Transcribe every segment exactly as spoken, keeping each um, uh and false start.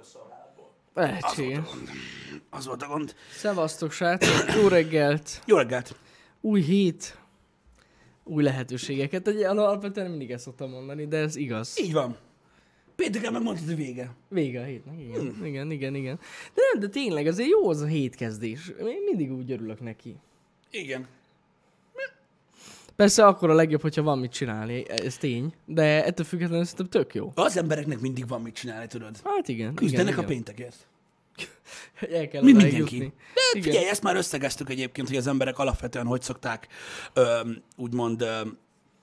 szolgálatból. Lehetséges. Az volt a gond. Szevasztok, srácok. Jó reggelt. Jó reggelt. Új hét. Új lehetőségeket. Egy alapvetően mindig ezt szoktam mondani, de ez igaz. Így van. Pénteken megmondtad, hogy vége. Vége a hétnek, igen. Hmm. Igen, igen, igen. De nem, de tényleg azért jó az a hétkezdés. Én mindig úgy örülök neki. Igen. Persze akkor a legjobb, hogyha van mit csinálni, ez tény. De ettől függetlenül szerintem tök jó. Az embereknek mindig van mit csinálni, tudod. Hát igen. Küzdenek igen, a péntekért. El kell Mi odáig mindenki. jutni. De figyelj, ezt már összegeztük egyébként, hogy az emberek alapvetően hogy szokták öm, úgymond öm,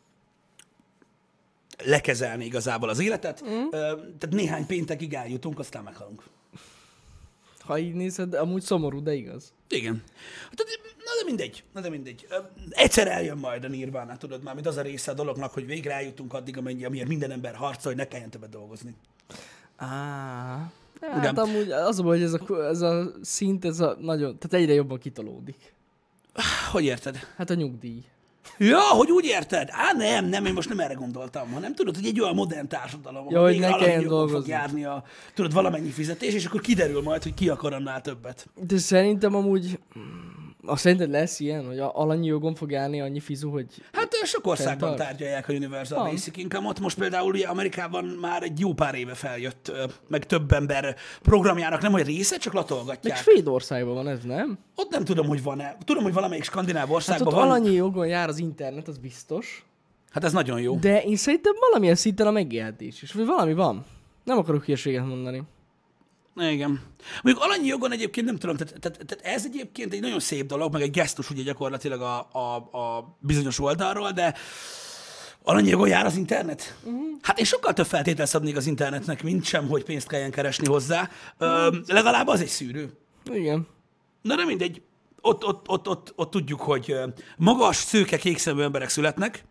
lekezelni igazából az életet. Mm. Öm, tehát néhány péntekig eljutunk, aztán meghalunk. Ha így nézed, amúgy szomorú, de igaz. Igen. Tehát, na de mindegy, na de mindegy. Öm, egyszer eljön majd a nirvana, tudod már, mint az a része a dolognak, hogy végre eljutunk addig, amennyi, amiért minden ember harcol, hogy ne kelljen többet dolgozni. Á, hát amúgy az a baj, hogy ez a, ez a szint, ez a nagyon, tehát egyre jobban kitolódik. Hogy érted? Hát a nyugdíj. Ja, hogy úgy érted? Á, nem, nem, én most nem erre gondoltam, hanem tudod, hogy egy olyan modern társadalom, ja, hogy ne kelljen dolgozni. Fog járni a, tudod, valamennyi fizetés, és akkor kiderül majd, hogy ki akar annál többet. De szerintem amúgy, azt szerinted lesz ilyen, hogy alanyi jogon fog járni annyi fizu, hogy... Hát sok országban tárgyalják a Universal Basic Income-ot. Most például ugye Amerikában már egy jó pár éve feljött, meg több ember programjának nem olyan része, csak latolgatják. Meg Svédországban van ez, nem? Ott nem tudom, hogy van-e. Tudom, hogy valamelyik skandináv országban hát ott van. alanyi jogon jár az internet, az biztos. Hát ez nagyon jó. De én szerintem valamilyen szinten a megélhetés is, vagy valami van. Nem akarok hülyeséget mondani. Igen. Mondjuk alanyi jogon egyébként nem tudom, tehát, tehát, tehát ez egyébként egy nagyon szép dolog, meg egy gesztus ugye gyakorlatilag a, a, a bizonyos oldalról, de alanyi jogon jár az internet? Uh-huh. Hát én sokkal több feltétel szabnék az internetnek, mint sem, hogy pénzt kelljen keresni hozzá. Uh-huh. Ö, legalább az egy szűrő. Igen. Na de mindegy. Ott, ott, ott, ott, ott tudjuk, hogy magas, szőke, kékszemű emberek születnek,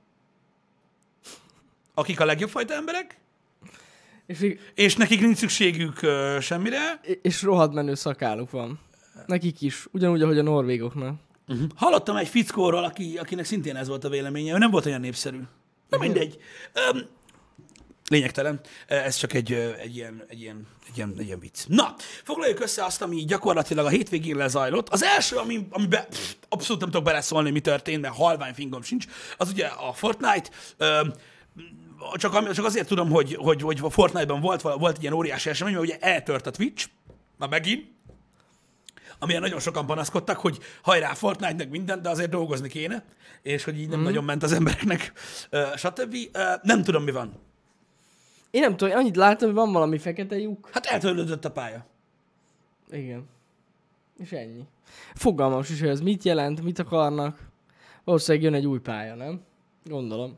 akik a legjobb fajta emberek, És, még, és nekik nincs szükségük uh, semmire. És rohadt menő szakáluk van. Nekik is. Ugyanúgy, ahogy a norvégoknak. Uh-huh. Hallottam egy fickóról, aki, akinek szintén ez volt a véleménye. Ő nem volt olyan népszerű. Na mindegy. Um, lényegtelen. Ez csak egy, egy, ilyen, egy, ilyen, egy, ilyen, egy ilyen vicc. Na, foglaljuk össze azt, ami gyakorlatilag a hétvégén lezajlott. Az első, ami, amiben pff, abszolút nem tudok beleszólni, mi történt, mert halvány fingom sincs, az ugye a Fortnite. Um, Csak, csak azért tudom, hogy, hogy, hogy a Fortnite-ban volt, volt egy ilyen óriási esemény, mert ugye eltört a Twitch, már megint, amilyen nagyon sokan panaszkodtak, hogy hajrá Fortnite-nek minden, de azért dolgozni kéne, és hogy így nem mm. nagyon ment az embereknek, uh, stb. Uh, nem tudom, mi van. Én nem tudom, annyit látom, hogy van valami fekete lyuk. Hát eltörlődött a pálya. Igen. És ennyi. Fogalmam is, hogy ez mit jelent, mit akarnak. Valószínűleg jön egy új pálya, nem? Gondolom.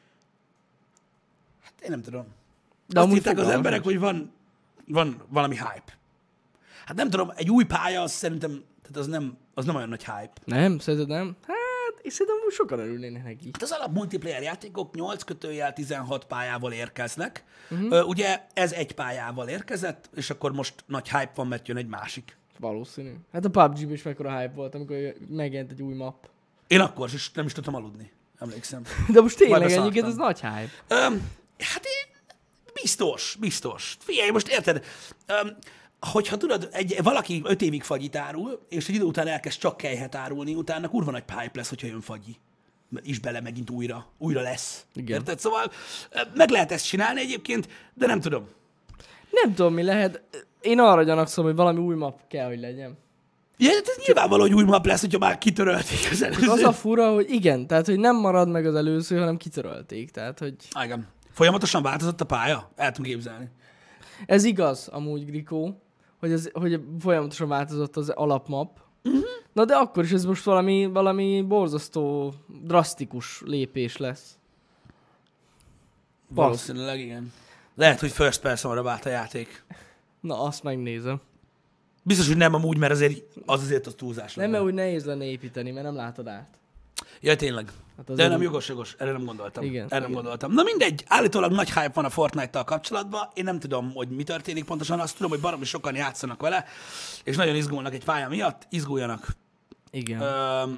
Én nem tudom. De azt hitták az emberek, hogy van, van valami hype. Hát nem tudom, egy új pálya, az szerintem, tehát az nem, az nem olyan nagy hype. Nem? Szerinted nem? Hát, és szerintem úgy sokan örülnének neki. Hát az alap multiplayer játékok nyolc kötőjel tizenhat pályával érkeznek. Uh-huh. Uh, ugye ez egy pályával érkezett, és akkor most nagy hype van, mert jön egy másik. Valószínű. Hát a pé u bé gé-ben is mekkora hype volt, amikor megjelent egy új map. Én akkor is nem is tudtam aludni. Emlékszem. De most tényleg egyébként ez nagy hype. Um, Hát én, biztos, biztos. Figyelj, most érted, um, hogyha tudod, egy, valaki öt évig fagyit árul, és egy idő után elkezd csak kejhet árulni, utána kurva nagy pipe lesz, hogyha jön fagyi. És bele megint újra, újra lesz. Igen. Érted? Szóval meg lehet ezt csinálni egyébként, de nem tudom. Nem tudom, mi lehet. Én arra gyanakszom, hogy valami új map kell, hogy legyen. Ja, ez nyilvánvaló, hogy új map lesz, hogyha már kitörölték az előző. Az a fura, hogy igen, tehát, hogy nem marad meg az előző, hanem kitörölték. Tehát, hogy... Igen. Folyamatosan változott a pálya? El tudom képzelni. Ez igaz, amúgy, Grikó, hogy, ez, hogy folyamatosan változott az alapmap. Uh-huh. Na de akkor is ez most valami, valami borzasztó, drasztikus lépés lesz. Valószínűleg igen. Lehet, hogy first personra vált a játék. Na, azt megnézem. Biztos, hogy nem amúgy, mert azért az azért az túlzás. Nem, mert úgy nehéz lenne építeni, mert nem látod át. Ja, tényleg. Hát de nem jogos, jogos. Erre nem gondoltam. Igen, Erre nem igen. gondoltam. Na mindegy, állítólag nagy hype van a Fortnite-tal kapcsolatban. Én nem tudom, hogy mi történik pontosan. Azt tudom, hogy baromi sokan játszanak vele, és nagyon izgulnak egy pálya miatt. Izguljanak. Igen. Ö,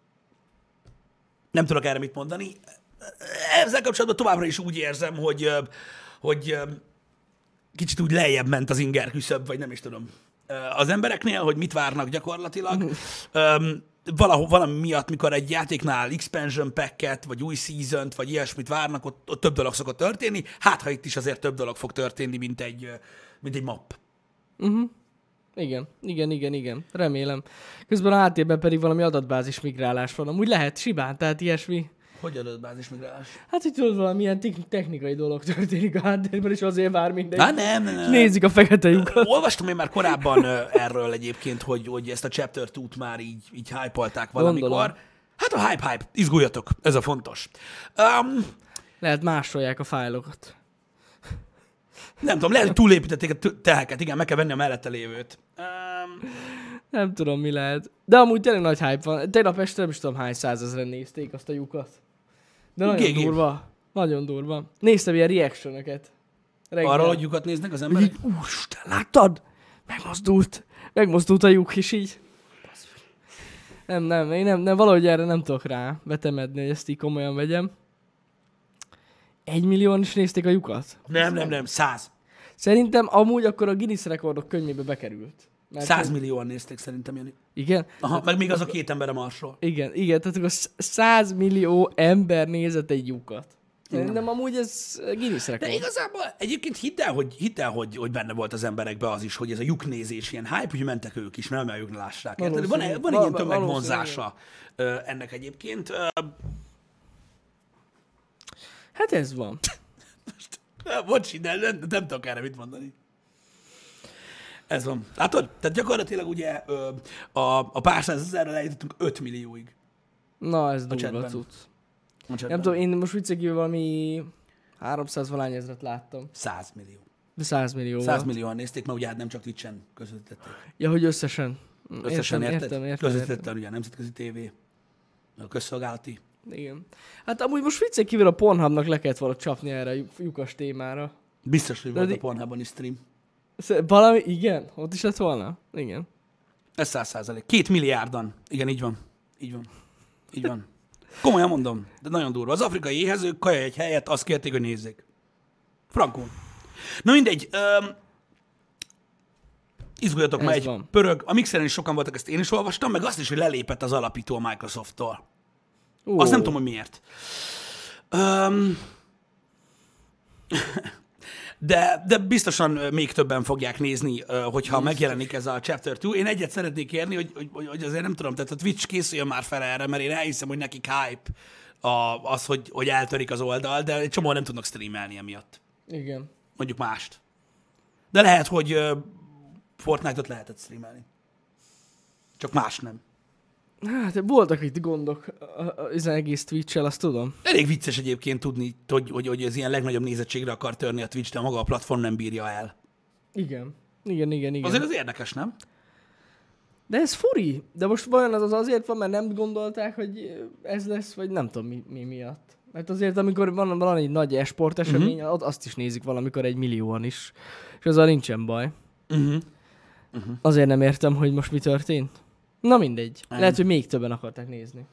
nem tudok erre mit mondani. Ezzel kapcsolatban továbbra is úgy érzem, hogy, hogy kicsit úgy lejjebb ment az inger küszöb, vagy nem is tudom. Az embereknél, hogy mit várnak gyakorlatilag. Um, valahol, valami miatt, mikor egy játéknál expansion packet, vagy új season-t, vagy ilyesmit várnak, ott, ott több dolog szokott történni. Hát, ha itt is azért több dolog fog történni, mint egy, mint egy map. Uh-huh. Igen, igen, igen, igen. Remélem. Közben a háttérben pedig valami adatbázis migrálás van. Amúgy lehet simán, tehát ilyesmi. Hogy adatbázis migrálás? Hát, hogy tudod, valamilyen technikai dolog történik a háttérben, és azért vár mindegy. Hát nem, nem, nem. Nézik a fekete lyukat. Olvastam én már korábban erről egyébként, hogy, hogy ezt a Chapter kettőt már így, így hype-olták valamikor. Gondolom. Hát a hype-hype, izguljatok, ez a fontos. Um, lehet másolják a fájlokat. Nem tudom, lehet, hogy túlépítették a teheket, igen, meg kell venni a mellette lévőt. Um, nem tudom, mi lehet. De amúgy tényleg nagy hype van. Tegnap este nem is tudom, hány százezren nézték azt a lyukat. De nagyon Gégé. durva. Nagyon durva. Néztem ilyen reaction-öket. Arról, hogy lyukat néznek az emberek? Így, úristen, láttad? Megmozdult. Megmozdult a lyuk is így. Nem, nem, én nem, nem, valahogy erre nem tudok rá betemedni, hogy ezt így komolyan vegyem. Egy millióan is nézték a lyukat? Nem, nem, nem, száz. Szerintem amúgy akkor a Guinness rekordok könyvébe bekerült. Száz millióan nézték szerintem, Jani. Igen? Aha, meg még az a két ember a Marsról. Igen, igen, tehát akkor száz millió ember nézett egy lyukat. Szerintem amúgy ez Guinness rekord. De igazából egyébként hidd el, hogy, hidd el, hogy, hogy benne volt az emberekben az is, hogy ez a lyuknézés ilyen hype, hogy mentek ők is, mert nem lyuk lássák. Van, van egy val- ilyen tömegvonzása ennek egyébként. Hát ez van. Bocsi, de nem, nem tudok erre mit mondani. Ez van. Látod? Tehát gyakorlatilag ugye a, a pár százezerrel eljutottunk öt millióig. Na, ez durva cucc. Nem tudom, én most vicceg kívül valami háromszáz valány ezret láttam. száz millió. De száz millió száz millióan nézték, mert ugye hát nem csak Twitch-en közvetítették. Ja, hogy összesen. Összesen értem, érted? értem, értem, Közvetítettem ugye a nemzetközi tévé, a közszolgálati. Igen. Hát amúgy most vicceg kívül a Pornhubnak le kellett volna csapni erre a lyukas témára. Biztos, hogy volt de a Pornhubon is stream. Valami, igen, ott is lett volna? Igen. Ez száz százalék. Két milliárdan. Igen, így van. Így van. Így van. Komolyan mondom, de nagyon durva. Az afrikai éhezők kaja egy helyet azt kérték, hogy nézzék. Frankon. Na mindegy. Um, izguljatok már, egy van. Pörög. A Mixeren is sokan voltak, ezt én is olvastam, meg azt is, hogy lelépett az alapító a Microsofttól. Uh. Azt nem tudom, hogy miért. Um, de, de biztosan még többen fogják nézni, hogyha megjelenik ez a Chapter kettő. Én egyet szeretnék kérni, hogy, hogy, hogy azért nem tudom, tehát a Twitch készüljön már fel erre, mert én elhiszem, hogy nekik hype a, az, hogy, hogy eltörik az oldal, de egy csomó nem tudnak streamelni emiatt. Igen. Mondjuk mást. De lehet, hogy uh, Fortnite-ot lehetett streamelni. Csak más nem. Hát voltak itt gondok az egész Twitch-el, azt tudom. Elég vicces egyébként tudni, hogy, hogy, hogy ez ilyen legnagyobb nézettségre akar törni a Twitch, de maga a platform nem bírja el. Igen. Igen, igen, igen. Azért az érdekes, nem? De ez furi. De most vajon az, az azért van, mert nem gondolták, hogy ez lesz, vagy nem tudom mi, mi miatt. Mert azért, amikor van, van egy nagy e-sport esemény, uh-huh. azt is nézik valamikor egy millióan is. És azzal nincsen baj. Uh-huh. Uh-huh. Azért nem értem, hogy most mi történt. Na mindegy. Nem. Lehet, hogy még többen akarták nézni.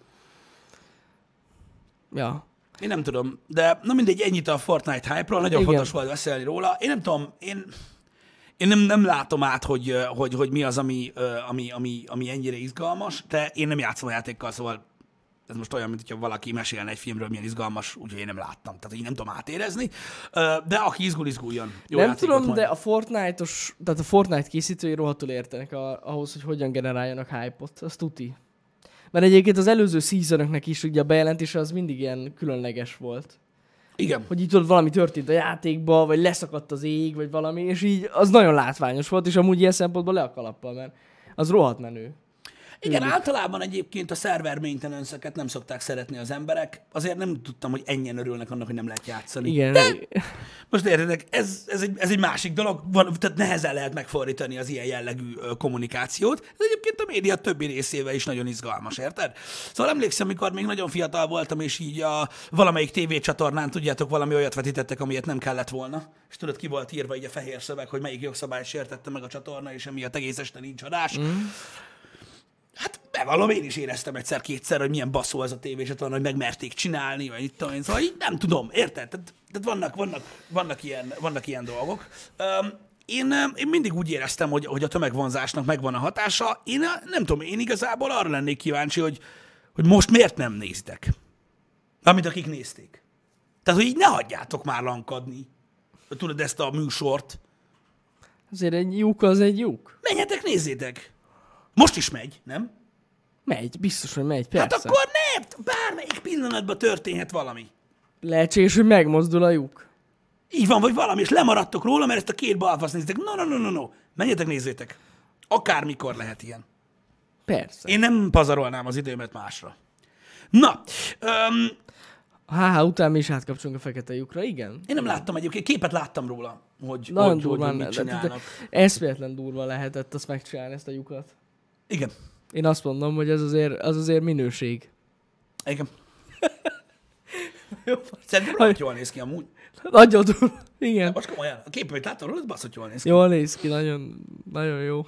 Ja. Én nem tudom, de na mindegy, ennyit a Fortnite hype-ról, nagyon Igen. fontos volt beszélni róla. Én nem tudom, én, én nem, nem látom át, hogy, hogy, hogy mi az, ami, ami, ami, ami ennyire izgalmas, de én nem játszom a játékkal, szóval ez most olyan, mint hogyha valaki mesélne egy filmről, milyen izgalmas, úgyhogy én nem láttam. Tehát így nem tudom átérezni. De aki izgul, izguljon. Jó nem tudom, majd. De a Fortnite-os, tehát a Fortnite készítői rohadtul értenek a, ahhoz, hogy hogyan generáljanak hype-ot. Az tuti. Mert egyébként az előző seasonoknak is ugye a bejelentése az mindig ilyen különleges volt. Igen. Hogy így tudod, valami történt a játékba, vagy leszakadt az ég, vagy valami, és így az nagyon látványos volt, és amúgy ilyen szempontból le a kalappal, mert az rohadt menő. Igen, általában egyébként a server maintenance-eket nem szokták szeretni az emberek. Azért nem tudtam, hogy ennyien örülnek annak, hogy nem lehet játszani. Igen. De most értedek, ez, ez, egy, ez egy másik dolog, van, tehát nehezen lehet megfordítani az ilyen jellegű kommunikációt. Ez egyébként a média többi részével is nagyon izgalmas, érted? Szóval emlékszem, amikor még nagyon fiatal voltam, és így a valamelyik tévécsatornán, tudjátok, valami olyat vetítettek, amilyet nem kellett volna. És tudod, ki volt írva így a fehér szöveg, hogy melyik jogszabály sértette meg a csatorna, és emiatt egész este nincs adás. Mm. Hát bevallom, én is éreztem egyszer-kétszer, hogy milyen baszó ez a tévécsatorna, hogy megmerték csinálni, vagy itt tudom én. Szóval így nem tudom, érted? Tehát, tehát vannak, vannak, vannak, ilyen, vannak ilyen dolgok. Um, én, én mindig úgy éreztem, hogy, hogy a tömegvonzásnak megvan a hatása. Én nem tudom, én igazából arra lennék kíváncsi, hogy, hogy most miért nem néztek. Amit akik nézték. Tehát, hogy így ne hagyjátok már lankadni. Tudod, ezt a műsort. Azért egy lyuk az egy lyuk. Menjetek, nézzétek! Most is megy, nem? Megy, biztos, hogy megy, persze. Hát akkor nem! Bármelyik pillanatban történhet valami. Lehetséges, hogy megmozdul a lyuk. Így van, vagy valami, és lemaradtok róla, mert ezt a két balfaszt nézitek. No, no, no, no, no. Menjetek, nézzétek. Akármikor lehet ilyen. Persze. Én nem pazarolnám az időmet másra. Na, öm, A há há után mi is átkapcsolunk a fekete lyukra, igen? én nem láttam egyébként, képet láttam róla, hogy, Nagyon hogy, hogy, durván, hogy mit de- de- csinálnak. eszméletlen durva lehetett azt megcsinálni, ezt a lyukat. Igen, Én azt mondom, hogy ez azért, az azért minőség. igen. Szerintem rohadt jól néz ki amúgy. Nagyon durva. Igen. Most komolyan, a képet, hogy láttam róla, baszott jól néz ki. Jól néz ki, nagyon, nagyon jó.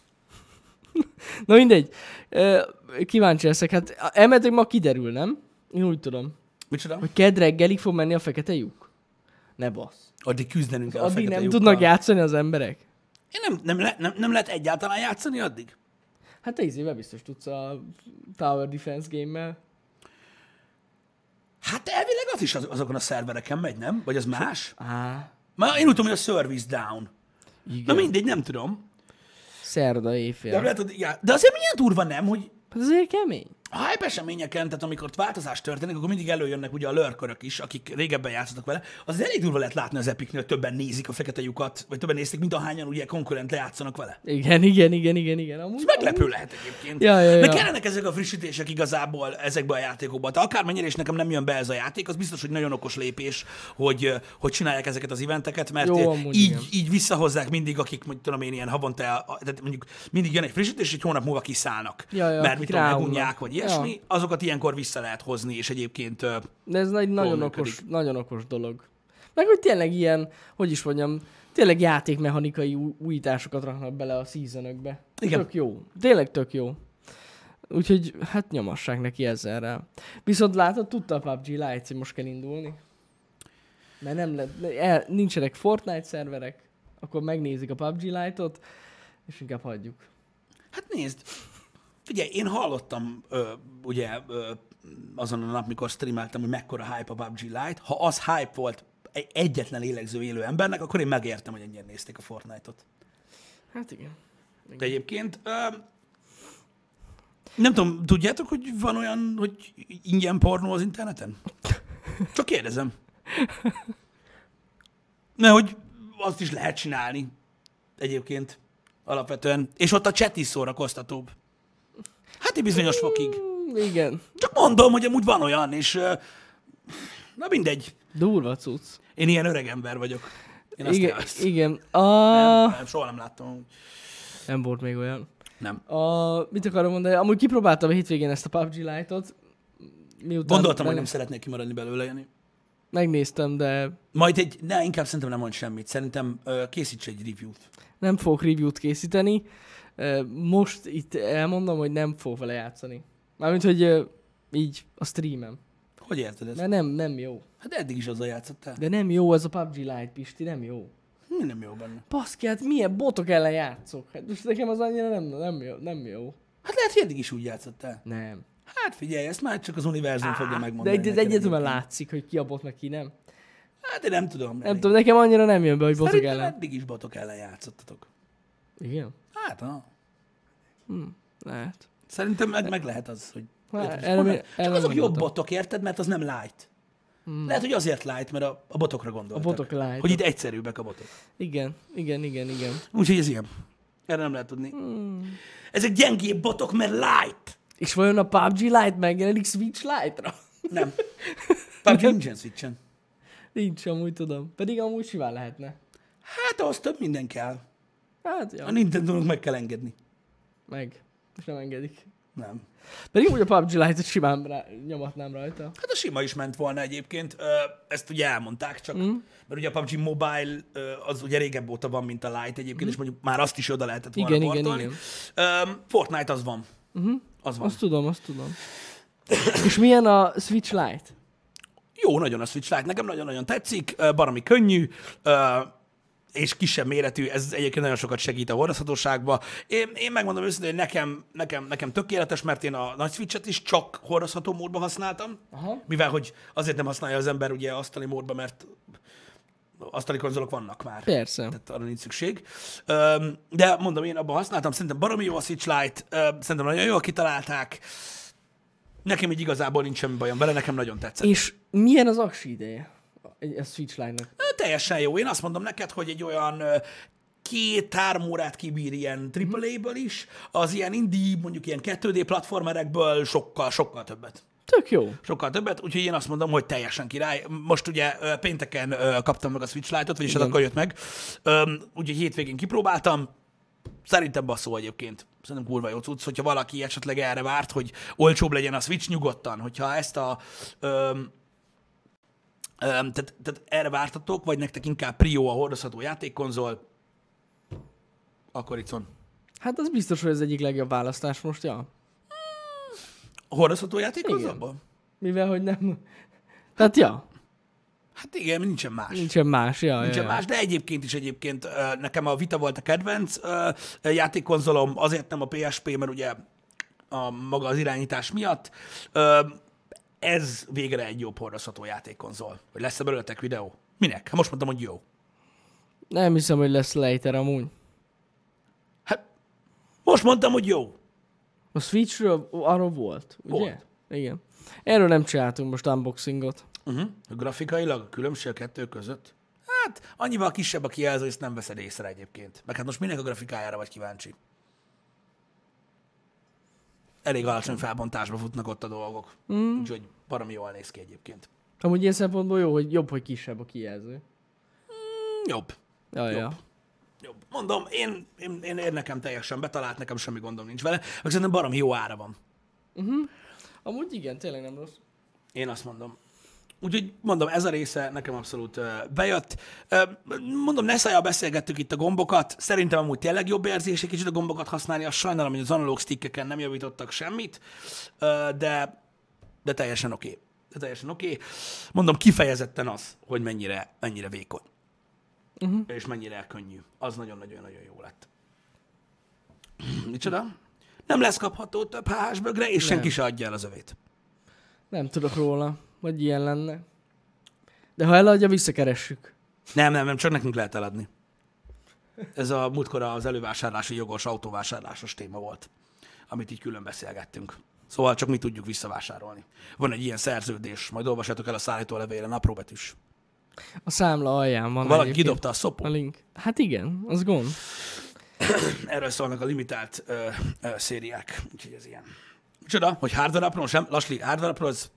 Na mindegy. Ö, Kíváncsi leszek. Hát elméletileg ma kiderül, nem? Én úgy tudom. Micsoda? Hogy kedd reggelig fog menni a fekete lyuk. Ne bassz. Addig küzdenünk kell a Addig fekete nem lyukkal. tudnak játszani az emberek. Én nem, nem, le, nem, nem lehet egyáltalán játszani addig? Hát te izével biztos tudsz a Tower Defense game-mel. Hát elvileg az is az, azokon a szervereken megy, nem? Vagy az más? Á, Már én úgy tudom, hogy a service down. igen. Na mindegy, nem tudom. Szerda éjfél. De, lehet, hogy, ja. De azért milyen durva nem, hogy Hát azért kemény. a hype eseményeken, tehát amikor változás történik, akkor mindig előjönnek ugye a lurkerök is, akik régebben játszottak vele. Az elég durva lehet látni az Epicnél, hogy többen nézik a fekete lyukat, vagy többen nézték, mint ahányan ugye konkurent lejátszanak vele. Igen, igen, igen, igen, igen. Amúgy, Ez meglepő lehet egyébként. Ja, ja, ja. De kellenek ezek a frissítések igazából ezekbe a játékokba. De akármennyire is nekem nem jön be ez a játék, az biztos, hogy nagyon okos lépés, hogy, hogy csinálják ezeket az eventeket, mert Jó, amúgy így, igen. így visszahozzák mindig, akik mondjuk tudom én ilyen havonta, tehát mondjuk mindig jön egy frissítés, és egy hónap múlva kiszállnak. Ja, ja, mert akik mit tudom, ráullanak. megunják, vagy ilyesmi, Ja. azokat ilyenkor vissza lehet hozni, és egyébként ö, De ez egy nagyon működik. okos, nagyon okos dolog. Meg hogy tényleg ilyen, hogy is mondjam, tényleg játékmechanikai új- újításokat raknak bele a seasonökbe. Igen. Tök jó. Tényleg tök jó. Úgyhogy hát nyomassák neki ezzel rá. Viszont látod, tudta a pé u bé gé Lite, hogy most kell indulni? Mert nem lett, el, nincsenek Fortnite szerverek, akkor megnézik a pé u bé gé Lite-ot, és inkább hagyjuk. hát nézd, figyelj, én hallottam ö, ugye ö, azon a nap, mikor streameltem, hogy mekkora hype a pé u bé gé Lite. Ha az hype volt egy egyetlen lélegző élő embernek, akkor én megértem, hogy ennyien nézték a Fortnite-ot. Hát igen. De egyébként ö, nem tudom, tudjátok, hogy van olyan, hogy ingyen pornó az interneten? Csak kérdezem. Mert hogy azt is lehet csinálni egyébként alapvetően. És ott a chat is szórakoztatóbb. Hát egy bizonyos fokig. Mm, igen. Csak mondom, hogy amúgy van olyan, és ö, na mindegy. Durva cucc. Én ilyen öreg ember vagyok. Én azt Igen, élveztem. igen. A... Nem, nem, soha nem láttam. amúgy. Nem volt még olyan. Nem. A... Mit akarom mondani? Amúgy kipróbáltam a hétvégén ezt a pé u bé gé Lite-ot. Miután Gondoltam, hogy meg- nem szeretnék kimaradni belőle, Jani. Megnéztem, de Majd egy, ne, inkább szerintem nem mond semmit. Szerintem ö, készíts egy review-t. nem fogok review-t készíteni. Ö, Most itt elmondom, hogy nem fogok vele játszani. Mármint, hogy ö, így a streamem. Hogy érted ezt? Mert nem, nem jó. Hát eddig is azzal játszottál. De nem jó az a pé u bé gé Lite, Pisti, nem jó. Mi nem jó benne? Baszki, hát milyen botok ellen játszok? Hát most nekem az annyira nem, nem, jó, nem jó. Hát lehet, hogy eddig is úgy játszottál. Nem. Hát figyelj, ezt már csak az univerzum fogja De megmondani. egy, ez neked egyértelműen egyébként. látszik, hogy ki a bot, meg ki nem. Hát én nem tudom. Nem tudom, nekem annyira nem jön be, hogy botok Szerintem ellen. eddig is botok ellen játszottatok. Igen? Hát, ha. Hm, lehet. Szerintem meg, meg lehet az, hogy... Hát, érted? erre Honnan- mi- Csak erre azok nem jobb gondoltam. botok, érted? Mert az nem light. Hmm. Lehet, hogy azért light, mert a, a botokra gondoltak. A botok light. Hogy itt egyszerűbbek a botok. Igen, igen, igen, igen. Úgyhogy ez ilyen. Erre nem lehet tudni. Hmm. Ezek gyengébb botok, mert light. És vajon a pé u bé gé Lite megjelenik Switch Lite-ra? Nem. pé u bé gé nincsen Switchen. Nincs, amúgy tudom. Pedig amúgy simán lehetne. Hát ahhoz több minden kell. Hát, ja. A Nintendo-nak meg kell engedni. Meg. És nem engedik. Nem. Pedig úgy a pé u bé gé Lite-ot simán rá, nyomatnám rajta. Hát a sima is ment volna egyébként, Ö, ezt ugye elmondták csak, mm. mert ugye a pé u bé gé Mobile ö, az ugye régebb óta van, mint a Lite egyébként, mm. és mondjuk már azt is oda lehetett volna Igen, igen, portolni. igen. Ö, Fortnite az van. Uh-huh. Az van. Azt tudom, azt tudom. És milyen a Switch Lite? Jó, nagyon a Switch Lite. Nekem nagyon-nagyon tetszik, ö, baromi könnyű, ö, és kisebb méretű, ez egyébként nagyon sokat segít a hordozhatóságba. Én, én megmondom őszintén, hogy nekem, nekem, nekem tökéletes, mert én a nagy Switchet is csak hordozható módban használtam, Aha. mivel hogy azért nem használja az ember ugye asztali módban, mert asztali konzolok vannak már. Persze. Tehát arra nincs szükség. Öm, De mondom, én abban használtam, szerintem baromi jó a Switch Lite, öm, szerintem nagyon jól kitalálták. Nekem így igazából nincs semmi bajom vele, nekem nagyon tetszett. És milyen az aksi ideje a Switch Lite-nak? Ö, Teljesen jó. Én azt mondom neked, hogy egy olyan ö, két-három órát kibír ilyen triple A-ből is, az ilyen indie, mondjuk ilyen kettő dé platformerekből sokkal, sokkal többet. Tök jó. Sokkal többet, úgyhogy én azt mondom, hogy teljesen király. Most ugye ö, pénteken ö, kaptam meg a Switch Lite-ot, vagyis az Igen. akkor jött meg. Öm, Úgyhogy hétvégén kipróbáltam. Szerintem basszó egyébként. Szerintem kurva jó cucc, hogyha valaki esetleg erre várt, hogy olcsóbb legyen a Switch, nyugodtan. Hogyha ezt a... Öm, öm, tehát, tehát erre vártatok, vagy nektek inkább prio a hordozható játékkonzol, akkor itt van. Hát az biztos, hogy az egyik legjobb választás most, ja. A hordozható játékkonzolból? Mivel, hogy nem... Tehát, ja, Hát igen, nincsen más. nincsen más, ja, Nincsen ja, ja. más, de egyébként is egyébként ö, nekem a Vita volt a kedvenc ö, játékkonzolom, azért nem a pé es pé, mert ugye a maga az irányítás miatt. Ö, Ez végre egy jobb hordozható játékkonzol. Hogy lesz-e belőletek videó? Minek? Hát most mondtam, hogy jó. Nem hiszem, hogy lesz later amúgy. Hát most mondtam, hogy jó. A Switchről arról volt, ugye? Volt. Igen. Erről nem csináltunk most unboxingot. Uh-huh. Grafikailag a különbség a kettő között? Hát annyival kisebb a kijelző, hogy ezt nem veszed észre egyébként. Meg hát most minek a grafikájára vagy kíváncsi? Elég alacsony felbontásba futnak ott a dolgok. Mm. Úgyhogy baromi jól néz ki egyébként. Amúgy ilyen szempontból jó, hogy jobb, hogy kisebb a kijelző. Mm, jobb. Ja, Jobb. ja. Jobb. Mondom, én, én, én, én nekem teljesen betalált, nekem semmi gondom nincs vele. Meg szerintem baromi jó ára van. Amúgy igen, tényleg nem rossz. Én azt mondom. Úgyhogy mondom, ez a része nekem abszolút uh, bejött. Uh, mondom, ne szájjal beszélgettük itt a gombokat. Szerintem amúgy tényleg jobb érzés egy kicsit a gombokat használni. Azt sajnálom, hogy az analóg stickeken nem javítottak semmit, uh, de, de teljesen oké. Okay. De teljesen oké. Okay. Mondom, kifejezetten az, hogy mennyire, mennyire vékony. Uh-huh. És mennyire könnyű. Az nagyon-nagyon-nagyon jó lett. Micsoda? Nem lesz kapható több há hás bögre, és Nem. senki se adja el az övét. Nem tudok róla, vagy ilyen lenne. De ha eladja, visszakeressük. Nem, nem, nem, csak nekünk lehet eladni. Ez a múltkor az elővásárlási jogos autóvásárlásos téma volt, amit így külön beszélgettünk. Szóval csak mi tudjuk visszavásárolni. Van egy ilyen szerződés, majd olvassátok el a szállítólevélen, apró betűs. A számla alján van. Valaki egyébként kidobta a a szopót. link. Hát igen, az gond. Erről szólnak a limitált ö, ö, szériák, úgyhogy ez ilyen. Micsoda? Hogy hardware apron sem? Lasli, hardware apron az,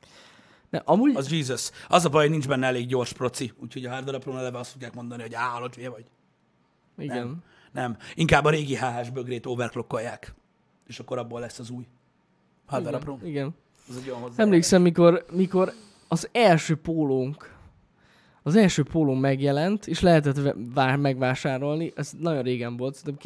De amúgy, az Jesus. Az a baj, hogy nincs benne elég gyors proci, úgyhogy a hardware apron eleve azt fogják mondani, hogy állott, hülye vagy. igen. Nem. Nem. Inkább a régi há hás bögrét overclockolják, és akkor abból lesz az új hardware Igen, apron. igen. Ez egy olyan hozzá. Emlékszem, mikor, mikor az első pólónk, az első pólón megjelent, és lehetett ve- vá- megvásárolni, ez nagyon régen volt, szerintem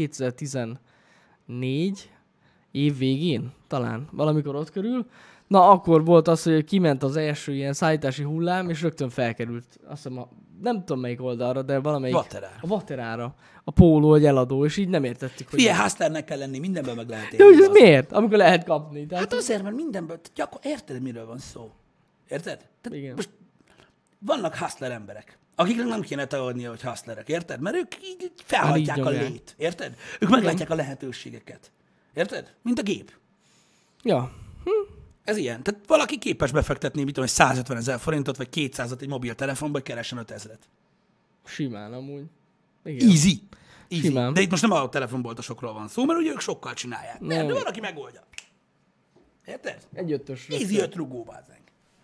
kétezer-tizennégy év végén, talán, valamikor ott körül. Na, akkor volt az, hogy kiment az első ilyen szállítási hullám, és rögtön felkerült, azt hiszem, a, nem tudom melyik oldalra, de valamelyik... Vaterára. A Vaterára. A póló, hogy eladó, és így nem értettük, hogy... Fie, házternek kell lenni, mindenben meg lehet De hogy élni, ez az. miért? Amikor lehet kapni. Tehát Hát azért, mert mindenből, gyakor, érted, miről van szó? Érted? Tehát Igen. most vannak hustler emberek, akiknek nem kéne tagadnia, hogy hustlerek, érted? Mert ők így felhajtják így a nyomják. lét, érted? Ők meglátják a lehetőségeket. Érted? Mint a gép. Ja. Ez ilyen. Tehát valaki képes befektetni, mit tudom, százötven ezer forintot, vagy kétszázat egy mobiltelefonba, hogy keressen ötezret. Simán amúgy. Igen. Easy. Easy. Simán. De itt most nem a telefonboltosokról van szó, mert ugye ők sokkal csinálják. Nem, Nem. de van, aki megoldja. Érted? Egy ötös. Easy öt rugó, bázzánk.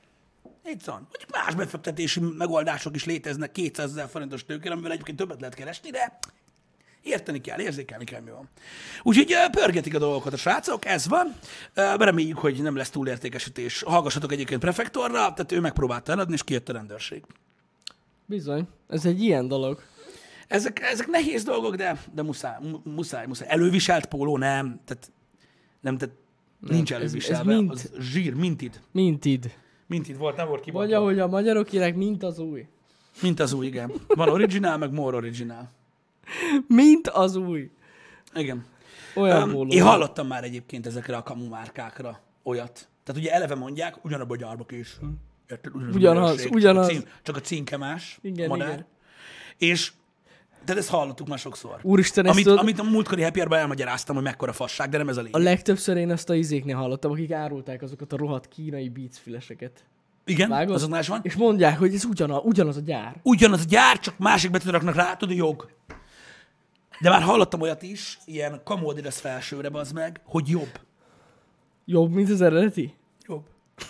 Így van. Mondjuk más befektetési megoldások is léteznek kétszázezer forintos tőkére, amivel egyébként többet lehet keresni, de érteni kell, érzékelni kell, mi van. Úgyhogy ö, pörgetik a dolgokat a srácok, ez van. Ö, Reméljük, hogy nem lesz túlértékesítés. Hallgassatok egyébként Prefektorra, tehát ő megpróbálta eladni, és kijött a rendőrség. Bizony. Ez egy ilyen dolog. Ezek, ezek nehéz dolgok, de, de muszáj, mu- muszáj, muszáj. Előviselt póló nem. Tehát Nem, tehát nincs ez- ez előviselve. mint- Az zsír, mintid. Mintid. Mintid volt, nem volt Vagy kibontva. ahogy a magyarok írják, mint az új. Mint az új, igen. Van originál, meg more originál. Mint az új. Igen. Olyan Um, póló. én hallottam már egyébként ezekre a kamu márkákra olyat. Tehát ugye eleve mondják, ugyanabban a gyárba készül. Érted? Ugyanaz, a Ugyanaz, minőség, ugyanaz. Csak a, cím, csak a címke más, Igen, a madár. igen. És tehát ezt hallottuk már sokszor. Úristen, ezt Amit, tudod, amit a múltkori Happy Hour-ban elmagyaráztam, hogy mekkora fasság, de nem ez a a lényeg. legtöbbször én ezt a izéknél hallottam, akik árulták azokat a rohadt kínai Beats füleseket. Igen, Vágod? azoknál is van. És mondják, hogy ez ugyanaz, ugyanaz a gyár. Ugyanaz a gyár, csak másik betűt raknak rá, tudod, jog. De már hallottam olyat is, ilyen kamu Adidas felsőre, bazd meg, hogy jobb. Jobb, mint az eredeti? Jobb.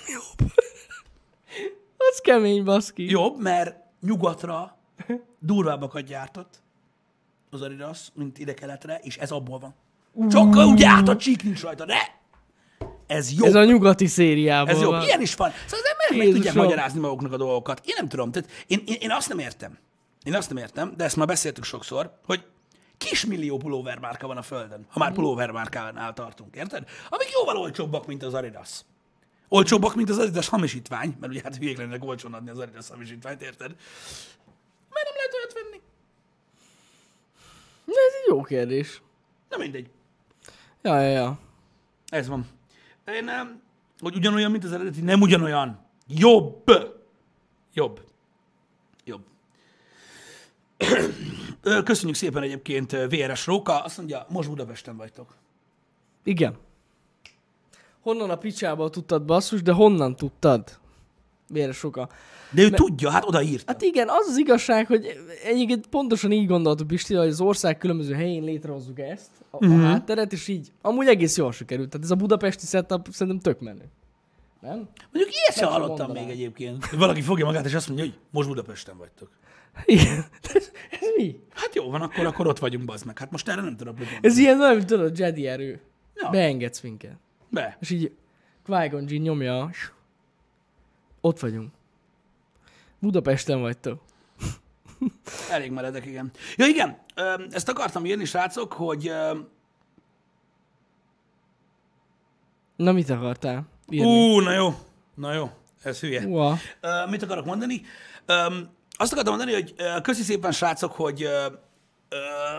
Az kemény, baszki. Jobb, mert nyugatra durvábbakat gyártott az Adidas, mint ide-keletre, és ez abból van. Sokkal úgy gyártott, csík nincs rajta, de ez jobb. Ez a nyugati szériában Ez jobb. van. Ilyen is van. Szóval az emberek meg Jézusom. tudják magyarázni maguknak a dolgokat. Én nem tudom. Tehát én, én, én azt nem értem. Én azt nem értem, de ezt már beszéltük sokszor, hogy kismillió pulóver márka van a Földön, ha már pulóver márkánál tartunk, érted? Amik jóval olcsóbbak, mint az Adidas. Olcsóbbak, mint az Adidas hamisítvány, mert ugye hát hülyék lennének olcsón adni az Adidas hamisítványt, érted? Miért nem lehet olyat venni? De ez egy jó kérdés. Na mindegy. Ja, ja, ja. Ez van. Én nem, hogy ugyanolyan, mint az eredeti, nem ugyanolyan. Jobb. Jobb. Jobb. Ö, Köszönjük szépen egyébként vé er es Róka. Azt mondja, most Budapesten vagytok. Igen. Honnan a picsába tudtad, basszus, de honnan tudtad? Vére soka. De ő tudja, hát odaírta. Hát igen, az az igazság, hogy egyébként pontosan így gondoltuk, Pisti, hogy az ország különböző helyén létrehozzuk ezt, a, Mhm. a hátteret, és így amúgy egész jól sikerült. Tehát ez a budapesti setup szerintem tök menő. Nem? Mondjuk ilyet sem Meg sem hallottam mondanám. még egyébként. Hogy valaki fogja magát, és azt mondja, hogy most Budapesten vagytok. Igen. Ez, ez mi? Hát jó van, akkor, akkor ott vagyunk, bazd meg. Hát most erre nem tudok mit mondani. Ez ilyen olyan, mint tudod, Jedi erő. Ja. Beengedsz minket. Be. És így Qui-Gon Jinn nyomja. Ott vagyunk. Budapesten vagytok. Elég meredek, igen. Ja, igen, ö, ezt akartam írni, srácok, hogy ö, Na mit akartál írni? ú, na jó, na jó, ez hülye. Ua. Ö, mit akarok mondani? Ö, azt akartam mondani, hogy ö, köszi szépen, srácok, hogy ö, ö,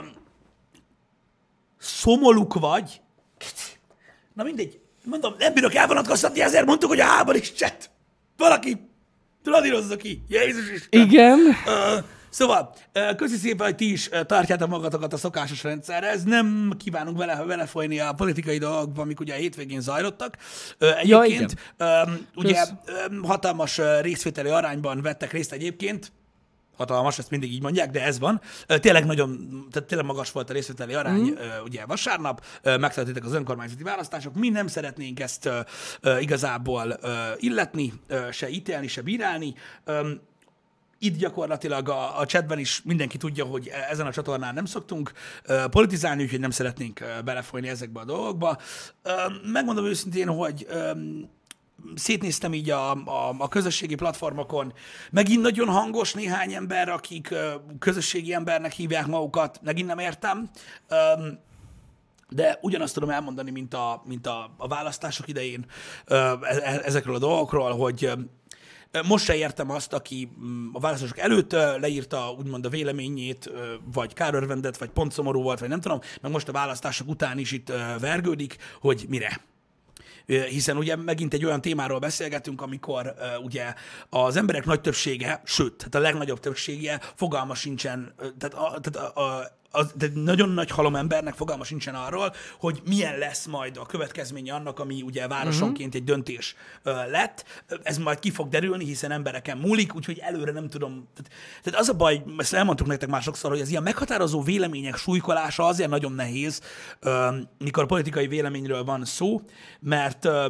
szomorúk vagy. Na mindegy, mondom, nem bírok elvonatkoztatni, ezért mondtuk, hogy a háború is chat. Valaki radírozza ki. Jézus Isten. Igen. Ö, Szóval, ö, köszi szépen, hogy ti is ö, tartjátok magatokat a szokásos rendszerre. Ez nem kívánunk vele, belefolyni a politikai dolgokba, amik ugye a hétvégén zajlottak. Ö, Egyébként, Ja, ö, ugye Kösz. ö, hatalmas ö, részvételi arányban vettek részt egyébként. Hatalmas, ezt mindig így mondják, de ez van. Ö, Tényleg nagyon, tehát tényleg magas volt a részvételi arány, mm. ugye vasárnap, Ö, megtörténtek az önkormányzati választások. Mi nem szeretnénk ezt ö, ö, igazából ö, illetni, ö, se ítélni, se bírálni. Ö, Itt gyakorlatilag a, a chatben is mindenki tudja, hogy ezen a csatornán nem szoktunk uh, politizálni, úgyhogy nem szeretnénk uh, belefolyni ezekbe a dolgokba. Uh, megmondom őszintén, hogy um, szétnéztem így a, a, a közösségi platformokon, megint nagyon hangos néhány ember, akik uh, közösségi embernek hívják magukat, megint nem értem. Um, de ugyanazt tudom elmondani, mint a, mint a, a választások idején uh, e- ezekről a dolgokról, hogy uh, most se értem azt, aki a választások előtt leírta úgymond a véleményét, vagy kárörvendet, vagy pont szomorú volt, vagy nem tudom, meg most a választások után is itt vergődik, hogy mire. Hiszen ugye megint egy olyan témáról beszélgetünk, amikor uh, ugye az emberek nagy többsége, sőt, hát a legnagyobb többsége fogalma sincsen, tehát, a, tehát a, a, az, de nagyon nagy halom embernek fogalma sincsen arról, hogy milyen lesz majd a következménye annak, ami ugye városonként egy döntés uh, lett. Ez majd ki fog derülni, hiszen embereken múlik, úgyhogy előre nem tudom. Tehát, tehát az a baj, ezt elmondtuk nektek már sokszor, hogy az ilyen meghatározó vélemények súlykolása azért nagyon nehéz, uh, mikor politikai véleményről van szó, mert uh,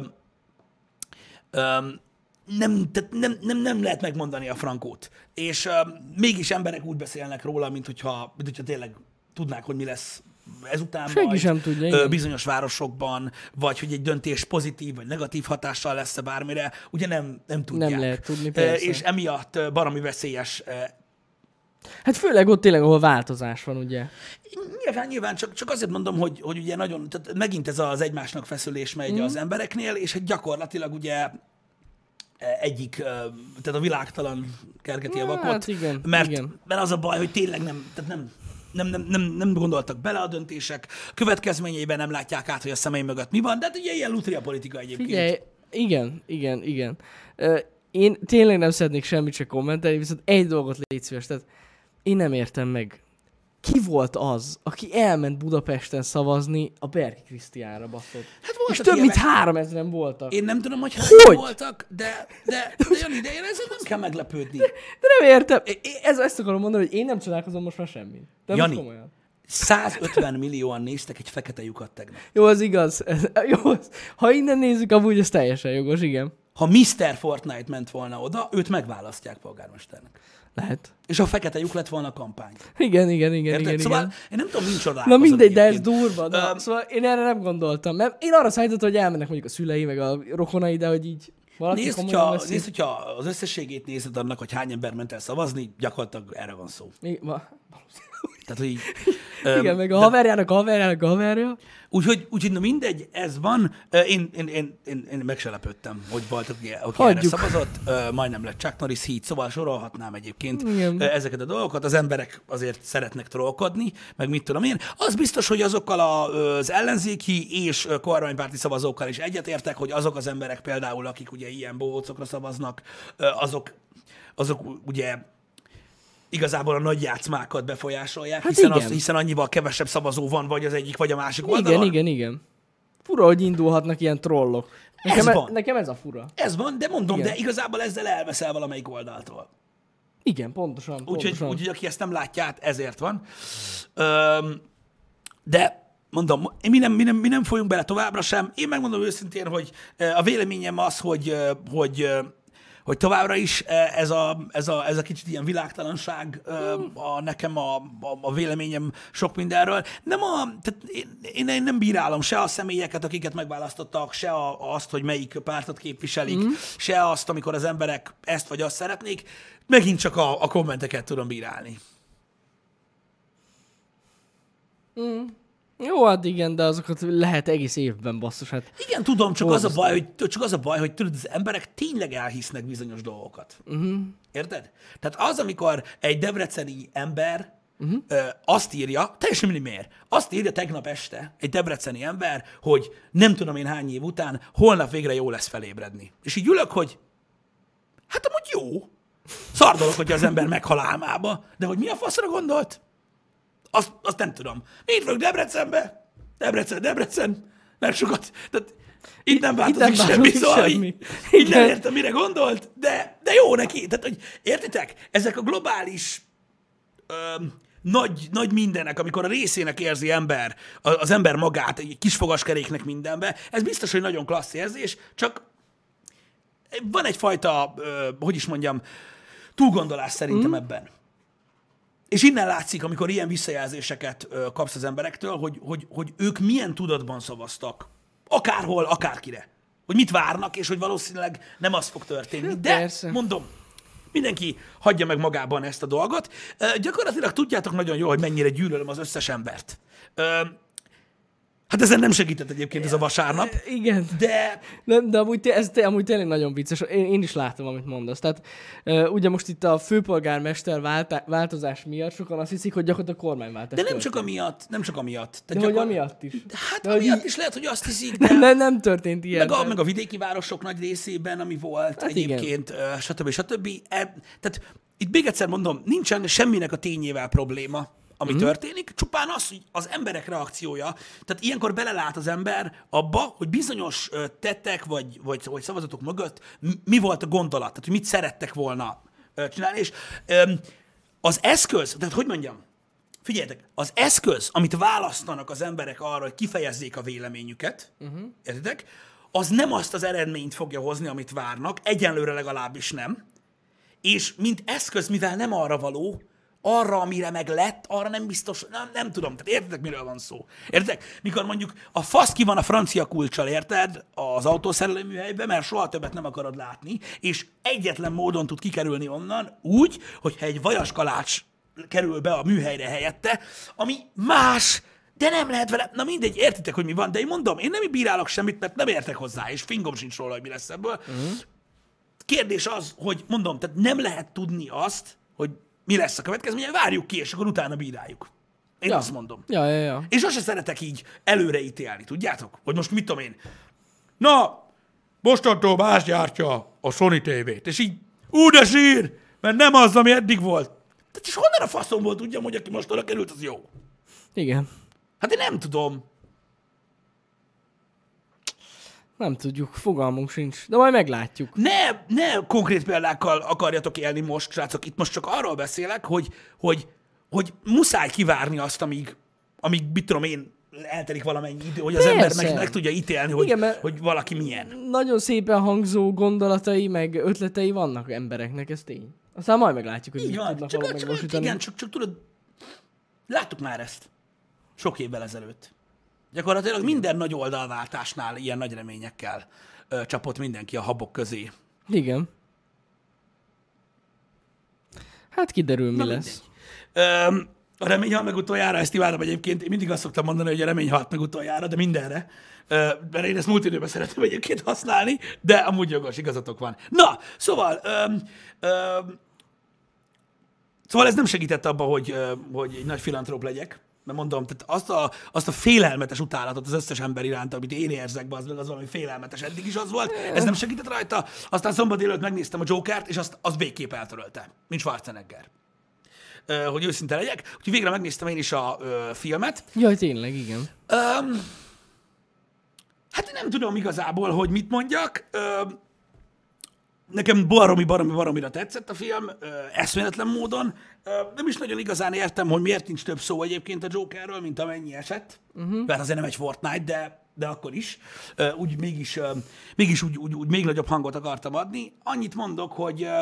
um, nem, tehát nem, nem, nem lehet megmondani a frankót. És uh, mégis emberek úgy beszélnek róla, mint hogyha, mint hogyha tényleg tudnák, hogy mi lesz ezután Senki majd, sem tudja, ö, igen. bizonyos városokban, vagy hogy egy döntés pozitív vagy negatív hatással lesz-e bármire, ugye nem, nem tudják. Nem lehet tudni, Ö, persze. És emiatt ö, baromi veszélyes ö, Hát főleg ott tényleg, ahol változás van, ugye? Nyilván, nyilván, csak, csak azért mondom, hogy, hogy ugye nagyon, tehát megint ez az egymásnak feszülés megy mm. az embereknél, és hát gyakorlatilag ugye egyik, tehát a világtalan kergeti a vakot, hát igen, mert, igen. mert az a baj, hogy tényleg nem, tehát nem, nem, nem, nem, nem gondoltak bele a döntések, következményeiben nem látják át, hogy a szemei mögött mi van, de hát ugye ilyen lutria politika egyébként. Figyelj, igen, igen, igen. Én tényleg nem szeretnék semmit se kommentelni, viszont egy dolgot légy szíves, tehát én nem értem meg. Ki volt az, aki elment Budapesten szavazni a Berki Krisztiánra, basszod? Hát és több ilyenek. Mint három ezeren voltak. Én nem tudom, hogy hányan voltak, de, de, de Jani, de én ezzel nem kell meglepődni. De, de nem értem. É, ez, ezt akarom mondani, hogy én nem csodálkozom most már semmit. De Jani, komolyan. százötven millióan néztek egy fekete lyukat tegnap. Jó, az igaz. Jó, az, ha innen nézzük, amúgy ez teljesen jogos, igen. Ha miszter Fortnite ment volna oda, őt megválasztják polgármesternek. Lehet. És a fekete lyuk lett volna a kampány. Igen, igen, igen, igen. Szóval igen. én nem tudom, nincs csodálkozom. Na mindegy, de ez durva. Um, szóval én erre nem gondoltam. Mert én arra számítottam, hogy elmennek mondjuk a szülei, meg a rokonai, de hogy így valaki nézd, hogyha, nézd, hogyha az összességét nézed annak, hogy hány ember ment el szavazni, gyakorlatilag erre van szó. Mi, ma, Tehát, hogy így, igen, um, meg a haverjának a haverjának a haverja. Úgyhogy, úgyhogy na mindegy, ez van. Én, én, én, én, én meg se lepődtem, hogy volt, aki, aki erre szavazott. Majdnem lett Chuck Norris híd, szóval sorolhatnám egyébként igen. ezeket a dolgokat. Az emberek azért szeretnek trollkodni, meg mit tudom én. Az biztos, hogy azokkal az ellenzéki és kormánypárti szavazókkal is egyetértek, hogy azok az emberek például, akik ugye ilyen bohócokra szavaznak, azok, azok ugye igazából a nagy játszmákat befolyásolják, hát hiszen, az, hiszen annyival kevesebb szavazó van, vagy az egyik, vagy a másik oldalon. Igen, igen, igen. Fura, hogy indulhatnak ilyen trollok. Nekem ez, van. Nekem ez a fura. Ez van, de mondom, igen. De igazából ezzel elveszel valamelyik oldaltól. Igen, pontosan. Úgyhogy úgy, aki ezt nem látja, ezért van. Öm, de mondom, mi nem, mi, nem, mi nem folyunk bele továbbra sem. Én megmondom őszintén, hogy a véleményem az, hogy, hogy hogy továbbra is ez a, ez a, ez a kicsit ilyen világtalanság a, nekem a, a, a véleményem sok mindenről. Nem a, tehát én, én nem bírálom se a személyeket, akiket megválasztottak, se a, azt, hogy melyik pártot képviselik, mm. se azt, amikor az emberek ezt vagy azt szeretnék. Megint csak a, a kommenteket tudom bírálni. Mm. Jó, hát igen, de azokat lehet egész évben, basszus. Hát igen, tudom, csak az, a baj, hogy, csak az a baj, hogy tudod, az emberek tényleg elhisznek bizonyos dolgokat. Uh-huh. Érted? Tehát az, amikor egy debreceni ember uh-huh. ö, azt írja, teljesen mindig miért, azt írja tegnap este egy debreceni ember, hogy nem tudom én hány év után, holnap végre jó lesz felébredni. És így ülök, hogy hát amúgy jó. Szar dolog, hogyha az ember meghal álmába, de hogy mi a faszra gondolt? Azt, azt nem tudom. Én vagyok Debrecenbe, Debrecen, Debrecen, mert sokat, tehát itt nem változik semmi, szóval semmi. Így nem értem, mire gondolt, de, de jó neki. Tehát, hogy értitek, ezek a globális ö, nagy, nagy mindenek, amikor a részének érzi ember, az ember magát egy kisfogaskeréknek mindenbe, ez biztos, hogy nagyon klassz érzés, csak van egyfajta, ö, hogy is mondjam, túlgondolás szerintem mm. ebben. És innen látszik, amikor ilyen visszajelzéseket ö, kapsz az emberektől, hogy, hogy, hogy ők milyen tudatban szavaztak. Akárhol, akárkire. Hogy mit várnak, és hogy valószínűleg nem az fog történni. De, persze. Mondom, mindenki hagyja meg magában ezt a dolgot. Ö, gyakorlatilag tudjátok nagyon jól, hogy mennyire gyűlölöm az összes embert. Ö, Hát ezen nem segített egyébként ez a vasárnap. Igen. De... De, de amúgy, ez amúgy tényleg nagyon vicces. Én, én is látom, amit mondasz. Tehát uh, ugye most itt a főpolgármester váltá, változás miatt sokan azt hiszik, hogy gyakorlatilag a kormányváltás. De nem történt. csak amiatt, nem csak amiatt. De hogy amiatt is. Hát de amiatt így... is lehet, hogy azt hiszik, de... Nem, nem történt ilyen. Meg a, meg a vidéki városok nagy részében, ami volt hát egyébként, uh, stb. stb. E, tehát itt még egyszer mondom, nincsen semminek a tényével probléma, ami mm-hmm. történik, csupán az, hogy az emberek reakciója, tehát ilyenkor belelát az ember abba, hogy bizonyos tettek, vagy, vagy, vagy szavazatok mögött mi volt a gondolat, tehát hogy mit szerettek volna csinálni, és az eszköz, tehát hogy mondjam, figyeljetek, az eszköz, amit választanak az emberek arra, hogy kifejezzék a véleményüket, uh-huh. értitek, az nem azt az eredményt fogja hozni, amit várnak, egyenlőre legalábbis nem, és mint eszköz, mivel nem arra való, arra, amire meg lett, arra nem biztos, nem, nem tudom, tehát értitek, miről van szó. Értitek? Mikor mondjuk a fasz ki van a francia kulccsal, érted, az autószerelő műhelyben, mert soha többet nem akarod látni, és egyetlen módon tud kikerülni onnan úgy, hogyha egy vajas kalács kerül be a műhelyre helyette, ami más, de nem lehet vele. Na mindegy, értitek, hogy mi van, de én mondom, én nem bírálok semmit, mert nem értek hozzá, és fingom sincs róla, hogy mi lesz ebből. Uh-huh. Kérdés az, hogy mondom, tehát nem lehet tudni azt, hogy mi lesz a következménye, várjuk ki, és akkor utána bíráljuk. Én ja. azt mondom. Ja, ja, ja. És azt se szeretek így előreítélni, tudjátok? Hogy most mit tudom én. Na, mostantól más gyártja a Sony té vét, és így, ú, de sír, mert nem az, ami eddig volt. Tehát és honnan a faszomból tudjam, hogy aki most oda került, az jó? Igen. Hát én nem tudom. Nem tudjuk, fogalmunk sincs, de majd meglátjuk. Ne, ne konkrét példákkal akarjatok élni most, srácok. Itt most csak arról beszélek, hogy, hogy, hogy muszáj kivárni azt, amíg, amíg mit tudom én, eltelik valamennyi idő, hogy az Persze. ember meg, meg tudja ítélni, hogy, Igen, mert hogy valaki milyen. Nagyon szépen hangzó gondolatai, meg ötletei vannak embereknek, ez tény. Aztán majd meglátjuk, hogy Így mit van, tudnak csak, valahogy csak, megvalósítani. igen, csak, csak tudod, láttuk már ezt sok évvel ezelőtt. Gyakorlatilag minden nagy oldalváltásnál ilyen nagy reményekkel ö, csapott mindenki a habok közé. Igen. Hát kiderül, mi Na, lesz. Öm, a remény halt meg utoljára, ezt imádom egyébként, én mindig azt szoktam mondani, hogy a remény halt meg utoljára, de mindenre. Ö, mert én ezt múlt időben szeretem egyébként használni, de amúgy jogos, igazatok van. Na, szóval, öm, öm, szóval ez nem segített abba, hogy, öm, hogy egy nagy filantróp legyek, mert mondom, tehát azt a, azt a félelmetes utálatot az összes ember iránt, amit én érzek be, az meg az valami félelmetes, eddig is az volt, ez nem segített rajta. Aztán szombat délőtt megnéztem a Jokert, és azt, az végképp eltörölte, mint Schwarzenegger. Uh, hogy őszinte legyek. Úgyhogy végre megnéztem én is a uh, filmet. Jaj, tényleg, igen. Um, hát nem tudom igazából, hogy mit mondjak. Uh, nekem baromi, baromi, baromira tetszett a film, uh, eszméletlen módon. Uh, nem is nagyon igazán értem, hogy miért nincs több szó egyébként a Jokerről, mint amennyi esett. Uh-huh. Mert azért nem egy Fortnite, de, de akkor is. Uh, úgy mégis, uh, mégis úgy, úgy, úgy még nagyobb hangot akartam adni. Annyit mondok, hogy uh,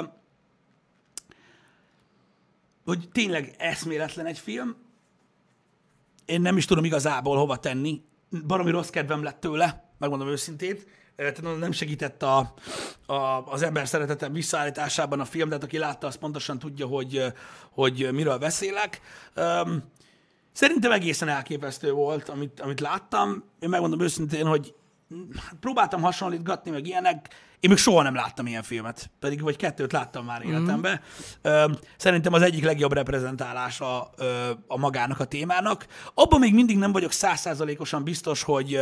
hogy tényleg eszméletlen egy film. Én nem is tudom igazából hova tenni. Baromi rossz kedvem lett tőle, megmondom őszintén. Tehát nem segített a, a, az ember szeretetem visszaállításában a film, tehát aki látta, az pontosan tudja, hogy, hogy miről beszélek. Szerintem egészen elképesztő volt, amit, amit láttam. Én megmondom őszintén, hogy próbáltam hasonlítgatni, meg ilyenek. Én még soha nem láttam ilyen filmet, pedig vagy kettőt láttam már életemben. Mm. Szerintem az egyik legjobb reprezentálása a magának a témának. Abban még mindig nem vagyok százszázalékosan biztos, hogy,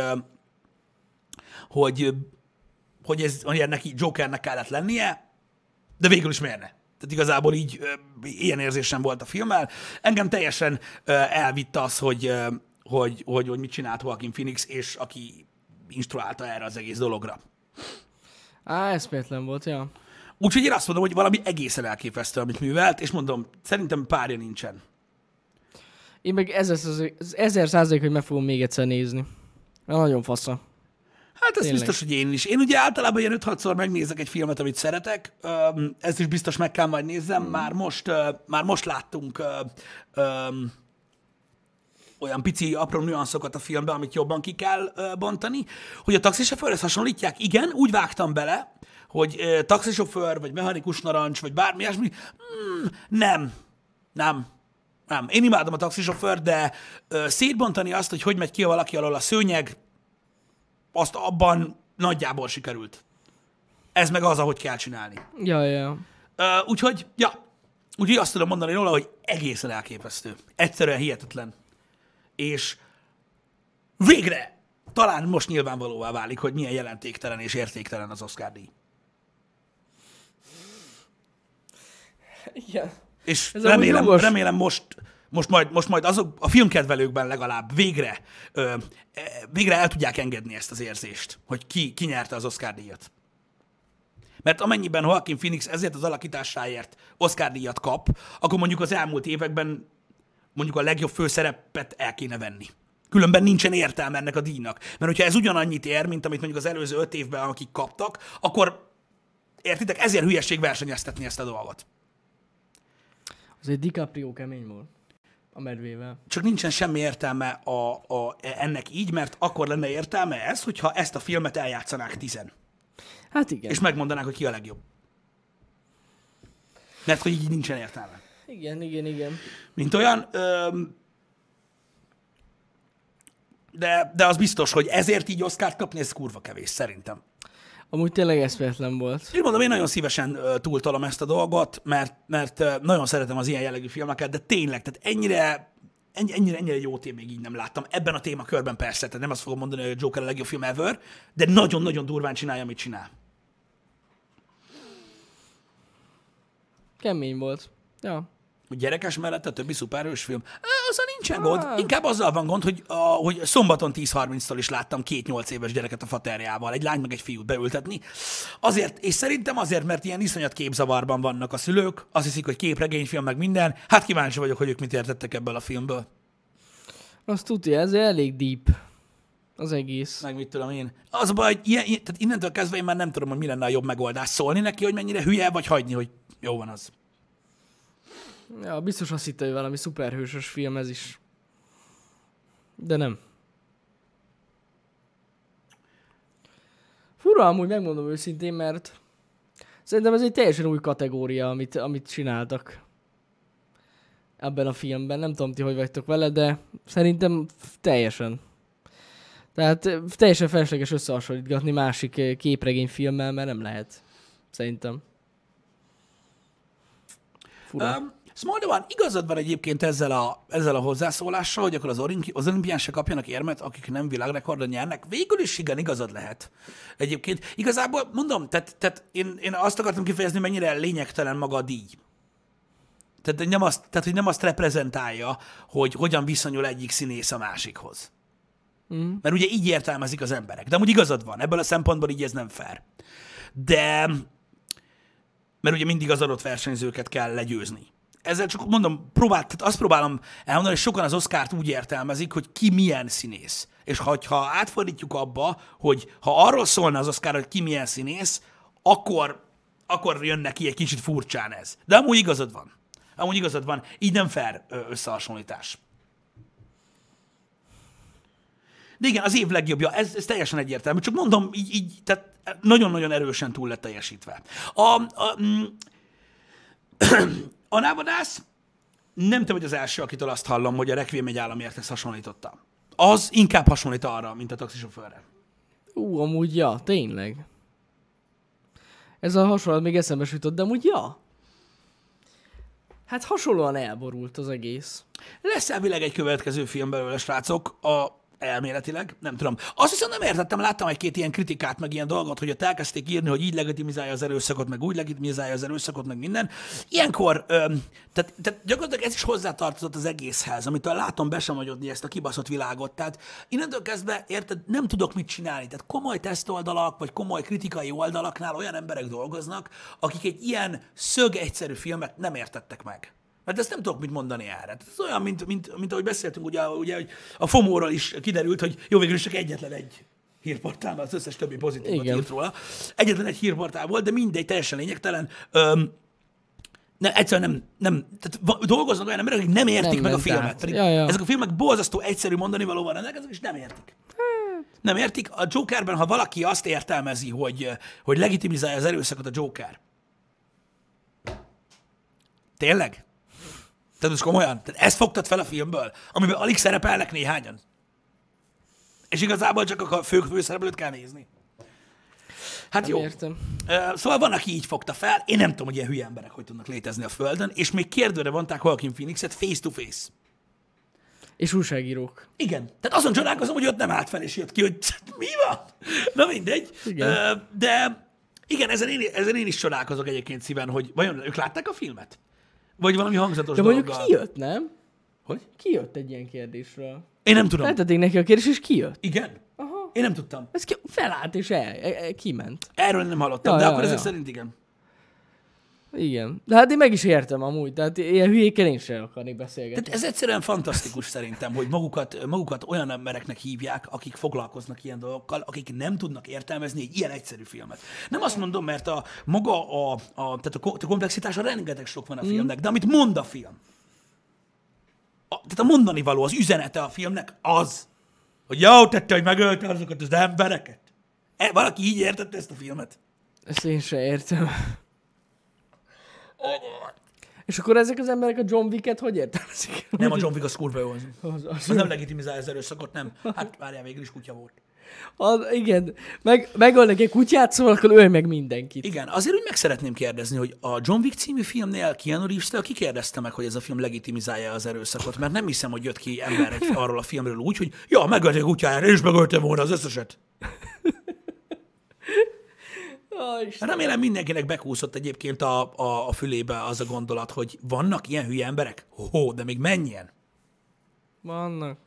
hogy, hogy ez hogy neki Jokernek kellett lennie, de végül is miért ne? Tehát igazából így ilyen érzésem volt a filmmel. Engem teljesen elvitte az, hogy, hogy, hogy, hogy mit csinált Joaquin Phoenix, és aki instruálta erre az egész dologra. Á, eszméletlen volt, ja. Úgyhogy én azt mondom, hogy valami egészen elképesztő, amit művelt, és mondom, szerintem párja nincsen. Én meg ezer százalék, ezer százalék, hogy meg fogom még egyszer nézni. Nagyon fasza. Hát ez biztos, hogy én is. Én ugye általában ilyen öt-hatszor megnézek egy filmet, amit szeretek. Ezt is biztos meg kell majd nézzem. Már most, már most láttunk olyan pici, apró nüanszokat a filmben, amit jobban ki kell bontani. Hogy a taxisofőrhez hasonlítják? Igen, úgy vágtam bele, hogy taxisofőr, vagy mechanikus narancs, vagy bármi ilyesmi. Hmm, nem. Nem. Nem. Én imádom a taxisofőr, de szétbontani azt, hogy hogy megy ki valaki alól a szőnyeg, azt abban nagyjából sikerült. Ez meg az, ahogy kell csinálni. Ja, ja. Uh, úgyhogy, ja, úgyhogy azt tudom mondani róla, hogy egészen elképesztő. Egyszerűen hihetetlen. És végre talán most nyilvánvalóvá válik, hogy milyen jelentéktelen és értéktelen az Oscar-díj. Igen. És remélem, remélem most, most, majd, most majd azok a filmkedvelőkben legalább végre, ö, végre el tudják engedni ezt az érzést, hogy ki, ki nyerte az Oscar-díjat. Mert amennyiben Joaquin Phoenix ezért az alakításáért Oscar-díjat kap, akkor mondjuk az elmúlt években mondjuk a legjobb főszerepet el kéne venni. Különben nincsen értelme ennek a díjnak. Mert hogyha ez ugyanannyit ér, mint amit mondjuk az előző öt évben, akik kaptak, akkor értitek, ezért hülyeség versenyeztetni ezt a dolgot. Azért DiCaprio kemény volt a medvével. Csak nincsen semmi értelme a, a, ennek így, mert akkor lenne értelme ez, hogyha ezt a filmet eljátszanák tizen. Hát igen. És megmondanák, hogy ki a legjobb. Mert hogy így nincsen értelme. Igen, igen, igen. mint olyan. Öm, de, de az biztos, hogy ezért így Oscart kapni, ez kurva kevés, szerintem. Amúgy tényleg eszméletlen volt. Én mondom, én nagyon szívesen uh, túltolom ezt a dolgot, mert, mert uh, nagyon szeretem az ilyen jellegű filmeket, de tényleg, tehát ennyire, ennyi, ennyire, ennyire jó tém még így nem láttam. Ebben a témakörben persze, tehát nem azt fogom mondani, hogy a Joker a legjobb film ever, de nagyon-nagyon durván csinálja, amit csinál. Kemény volt. Ja. Gyerekes mellett a többi szuperhős film. Azzal nincsen gond. Inkább azzal van gond, hogy, a, hogy szombaton tíz harminctól is láttam két nyolc éves gyereket a faterjával, egy lány meg egy fiút beültetni. Azért, és szerintem azért, mert ilyen iszonyat képzavarban vannak a szülők, azt hiszik, hogy képregényfilm meg minden. Hát kíváncsi vagyok, hogy ők mit értettek ebből a filmből. Azt tudja, ez elég deep. Az egész. Meg mit tudom én. Az a baj, hogy ilyen, ilyen, tehát innentől kezdve én már nem tudom, hogy mi lenne a jobb megoldás. Szólni neki, hogy mennyire hülye, vagy hagyni, hogy jó van az. Ja, biztos azt hitte, hogy valami szuperhősös film ez is. De nem. Fura, amúgy megmondom őszintén, mert szerintem ez egy teljesen új kategória, amit, amit csináltak ebben a filmben. Nem tudom, ti hogy vagytok vele, de szerintem teljesen. Tehát teljesen felesleges összehasonlítgatni másik képregényfilmmel, mert nem lehet. Szerintem. Fura. Um, Smoldovan, igazad van egyébként ezzel a, ezzel a hozzászólással, hogy akkor az, olimpi, az olimpián se kapjanak érmet, akik nem világrekordon nyernek. Végül is igen, igazad lehet. Egyébként igazából mondom, tehát, tehát én, én azt akartam kifejezni, mennyire lényegtelen maga a díj. Tehát nem azt, tehát, hogy nem azt reprezentálja, hogy hogyan viszonyul egyik színész a másikhoz. Mm. Mert ugye így értelmezik az emberek. De amúgy igazad van, ebből a szempontból így ez nem fair. De, mert ugye mindig az adott versenyzőket kell legyőzni. Ezzel csak mondom, próbál, tehát azt próbálom elmondani, hogy sokan az Oscart úgy értelmezik, hogy ki milyen színész. És ha, ha átfordítjuk abba, hogy ha arról szólna az Oscar, hogy ki milyen színész, akkor, akkor jön neki egy kicsit furcsán ez. De amúgy igazad van. Amúgy igazad van. Így nem fair összehasonlítás. De igen, az év legjobbja, ez, ez teljesen egyértelmű. Csak mondom, így, így tehát nagyon-nagyon erősen túl lett teljesítve. A, a, a Návadász nem te vagy az első, akitől azt hallom, hogy a Requiem egy államért ezt hasonlította. Az inkább hasonlít arra, mint a taxisofőrre. Ú, amúgy ja, tényleg. Ez a hasonlat még eszembe jutott, de amúgy ja. Hát hasonlóan elborult az egész. Lesz elvileg egy következő film belőle, srácok, a elméletileg, nem tudom. Azt viszont nem értettem, láttam egy-két ilyen kritikát, meg ilyen dolgot, hogy ott elkezdték írni, hogy így legitimizálja az erőszakot, meg úgy legitimizálja az erőszakot, meg minden. Ilyenkor, öm, tehát, tehát gyakorlatilag ez is hozzátartozott az egészhez, amitől látom besamogyodni ezt a kibaszott világot. Tehát innentől kezdve, érted, nem tudok mit csinálni. Tehát komoly tesztoldalak, vagy komoly kritikai oldalaknál olyan emberek dolgoznak, akik egy ilyen szög egyszerű filmet nem értettek meg. Mert ezt nem tudok mit mondani erre. Ez olyan, mint, mint, mint ahogy beszéltünk, ugye, ugye, hogy a FOMO-ról is kiderült, hogy jó, végül is csak egyetlen egy hírportál, mert az összes többi pozitívat írt róla. Egyetlen egy hírportál volt, de mindegy, teljesen lényegtelen. Öm, ne, egyszerűen nem, nem tehát dolgoznak olyan emberek, akik nem értik nem meg a filmet. Pedig ja, ja. Ezek a filmek borzasztó egyszerű mondani valóval rendelkeznek, és nem értik. Nem értik. A Jokerben, ha valaki azt értelmezi, hogy, hogy legitimizálja az erőszakot a Joker. Tényleg? Tehát most komolyan? Tehát ezt fogtad fel a filmből, amiben alig szerepelnek néhányan? És igazából csak a fő, főszereplőt kell nézni. Hát nem jó. Értem. Szóval van, aki így fogta fel. Én nem tudom, hogy ilyen hülye emberek hogy tudnak létezni a Földön, és még kérdőre vonták Joaquin Phoenixet face to face. És újságírók. Igen. Tehát azon csodálkozom, hogy ott nem állt fel, és jött ki, hogy mi van? Na mindegy. Igen. De igen, ezen én, ezen én is csodálkozok egyébként szíven, hogy vajon ők látták a filmet? Vagy valami hangzatos De mondjuk dologgal. kijött, nem? Hogy? Kijött egy ilyen kérdésről. Én nem tudom. Feltették neki a kérdés, és kijött. Igen? Aha. Én nem tudtam. Ez ki, felállt, és el, el, el, kiment. Erről nem hallottam, Ja, de ja, akkor ja. ezek szerint igen. Igen. De hát én meg is értem amúgy, tehát ilyen hülyékkel én sem akarnék beszélgetni. Tehát ez egyszerűen fantasztikus szerintem, hogy magukat, magukat olyan embereknek hívják, akik foglalkoznak ilyen dolgokkal, akik nem tudnak értelmezni egy ilyen egyszerű filmet. Nem azt mondom, mert a maga a, a, tehát a, a komplexitása rengeteg sok van a filmnek, de amit mond a film, a, tehát a mondani való, az üzenete a filmnek az, hogy jó tette, hogy megölte azokat az embereket. E, valaki így értette ezt a filmet? Ezt én sem értem. És akkor ezek az emberek a John Wick-et hogy értelmezik? Nem, a John Wick az kurva jó. Az, Az, az, az nem legitimizálja az erőszakot, nem. Hát várjál, végül is kutya volt. az, igen. Meg, megölnek egy kutyát, szóval akkor ölj meg mindenkit. Igen, azért úgy meg szeretném kérdezni, hogy a John Wick című filmnél Keanu Reeves-től ki kérdezte meg, hogy ez a film legitimizálja az erőszakot, mert nem hiszem, hogy jött ki ember egy, arról a filmről úgy, hogy ja, megölték a kutyáját, én is megöltem volna az összeset. Oh, Remélem mindenkinek bekúszott egyébként a, a, a fülébe az a gondolat, hogy vannak ilyen hülye emberek? Hó, de még mennyien? Vannak.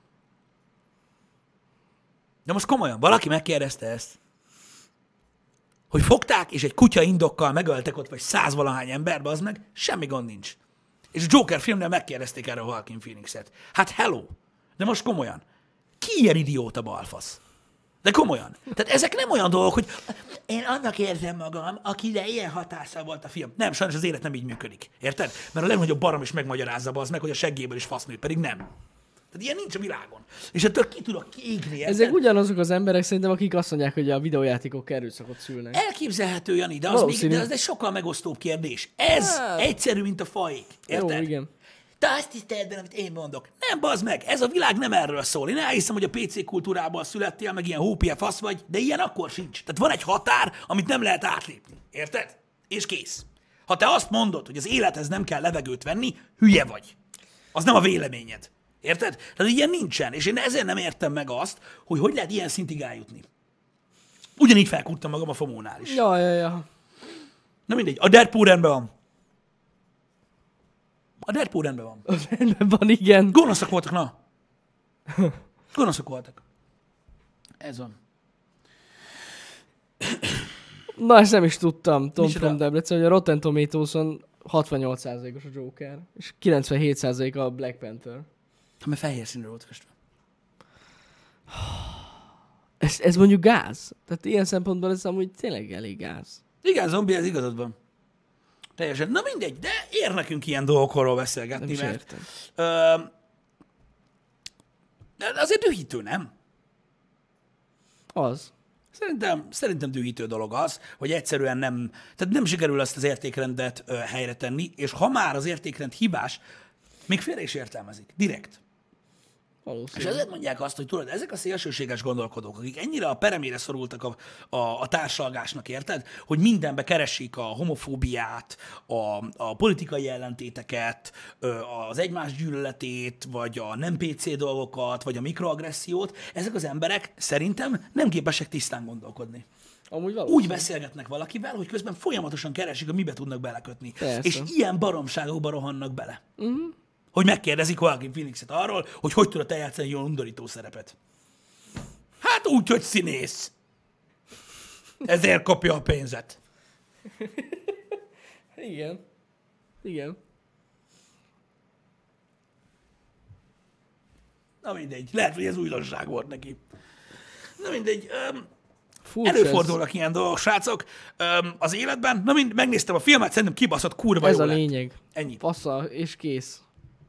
De most komolyan, valaki megkérdezte ezt, hogy fogták, és egy kutya indokkal megöltek ott, vagy százvalahány emberbe, az meg semmi gond nincs. És a Joker filmnél megkérdezték erre a Joaquin Phoenixet. Hát hello! De most komolyan, ki ilyen idióta balfasz? De komolyan. Tehát ezek nem olyan dolgok, hogy én annak érzem magam, akire ilyen hatással volt a film. Nem, sajnos az élet nem így működik. Érted? Mert a legnagyobb barom is megmagyarázza az meg, hogy a seggéből is fasz nő, pedig nem. Tehát ilyen nincs a világon. És ettől ki tudok kiégni. Ezek ugyanazok az emberek szerintem, akik azt mondják, hogy a videójátékok erőszakot szülnek. Elképzelhető, Jani, de az, még, de az egy sokkal megosztóbb kérdés. Ez hát. egyszerű, mint a faik. Érted? Jó, igen. Te azt tiszteld, amit én mondok. Nem, bazd meg, ez a világ nem erről szól. Én elhiszem, hogy a pé cé kultúrában születtél, meg ilyen hópia fasz vagy, de ilyen akkor sincs. Tehát van egy határ, amit nem lehet átlépni. Érted? És kész. Ha te azt mondod, hogy az élethez nem kell levegőt venni, hülye vagy. Az nem a véleményed. Érted? Tehát ilyen nincsen. És én ezért nem értem meg azt, hogy hogy lehet ilyen szintig eljutni. Ugyanígy felkúrtam magam a FOMO-nál is. Ja, ja, ja. Na mindegy, a Deadpool rendben van. A Deadpool rendben van. Az rendben van, igen. Gonoszak voltak, na. Gonoszak voltak. Ez van. Na, ezt nem is tudtam, Tom Micsoda? from Debrecen, hogy a Rotten Tomatoes-on hatvannyolc százalékos a Joker, és kilencvenhét százalék a Black Panther. Hát mert fehér színre volt festve. Ez, ez mondjuk gáz. Tehát ilyen szempontból ez amúgy tényleg elég gáz. Igen, zombi, ez igazad van. Teljesen. Na mindegy, de ér nekünk ilyen dolgokról beszélgetni, Nem is mert... értem. Ö, de azért dühítő, nem? Az. Szerintem, szerintem dühítő dolog az, hogy egyszerűen nem, tehát nem sikerül azt az értékrendet ö, helyre tenni, és ha már az értékrend hibás, még félre is értelmezik. Direkt. És Valószínű. ezért mondják azt, hogy tudod, ezek a szélsőséges gondolkodók, akik ennyire a peremére szorultak a, a, a társalgásnak, érted? Hogy mindenbe keresik a homofóbiát, a, a politikai ellentéteket, az egymás gyűlöletét, vagy a nem pé cé dolgokat, vagy a mikroagressziót. Ezek az emberek szerintem nem képesek tisztán gondolkodni. Amúgy valószínű. Úgy beszélgetnek valakivel, hogy közben folyamatosan keresik, hogy mibe tudnak belekötni. Persze. És ilyen baromságokba rohannak bele. Uh-huh. Hogy megkérdezik Joaquin Phoenixet arról, hogy hogy tudod eljátszani jól undorító szerepet. Hát úgy, hogy színész. Ezért kapja a pénzet. Igen. Igen. Na mindegy, lehet, hogy ez újdonság volt neki. Na mindegy, öm, Furcsa előfordulnak ez. Ilyen dolgok, srácok, öm, az életben. Na mind, megnéztem a filmet, szerintem kibaszott kurva Ez jó a lett. lényeg. Ennyi. Passza, és kész.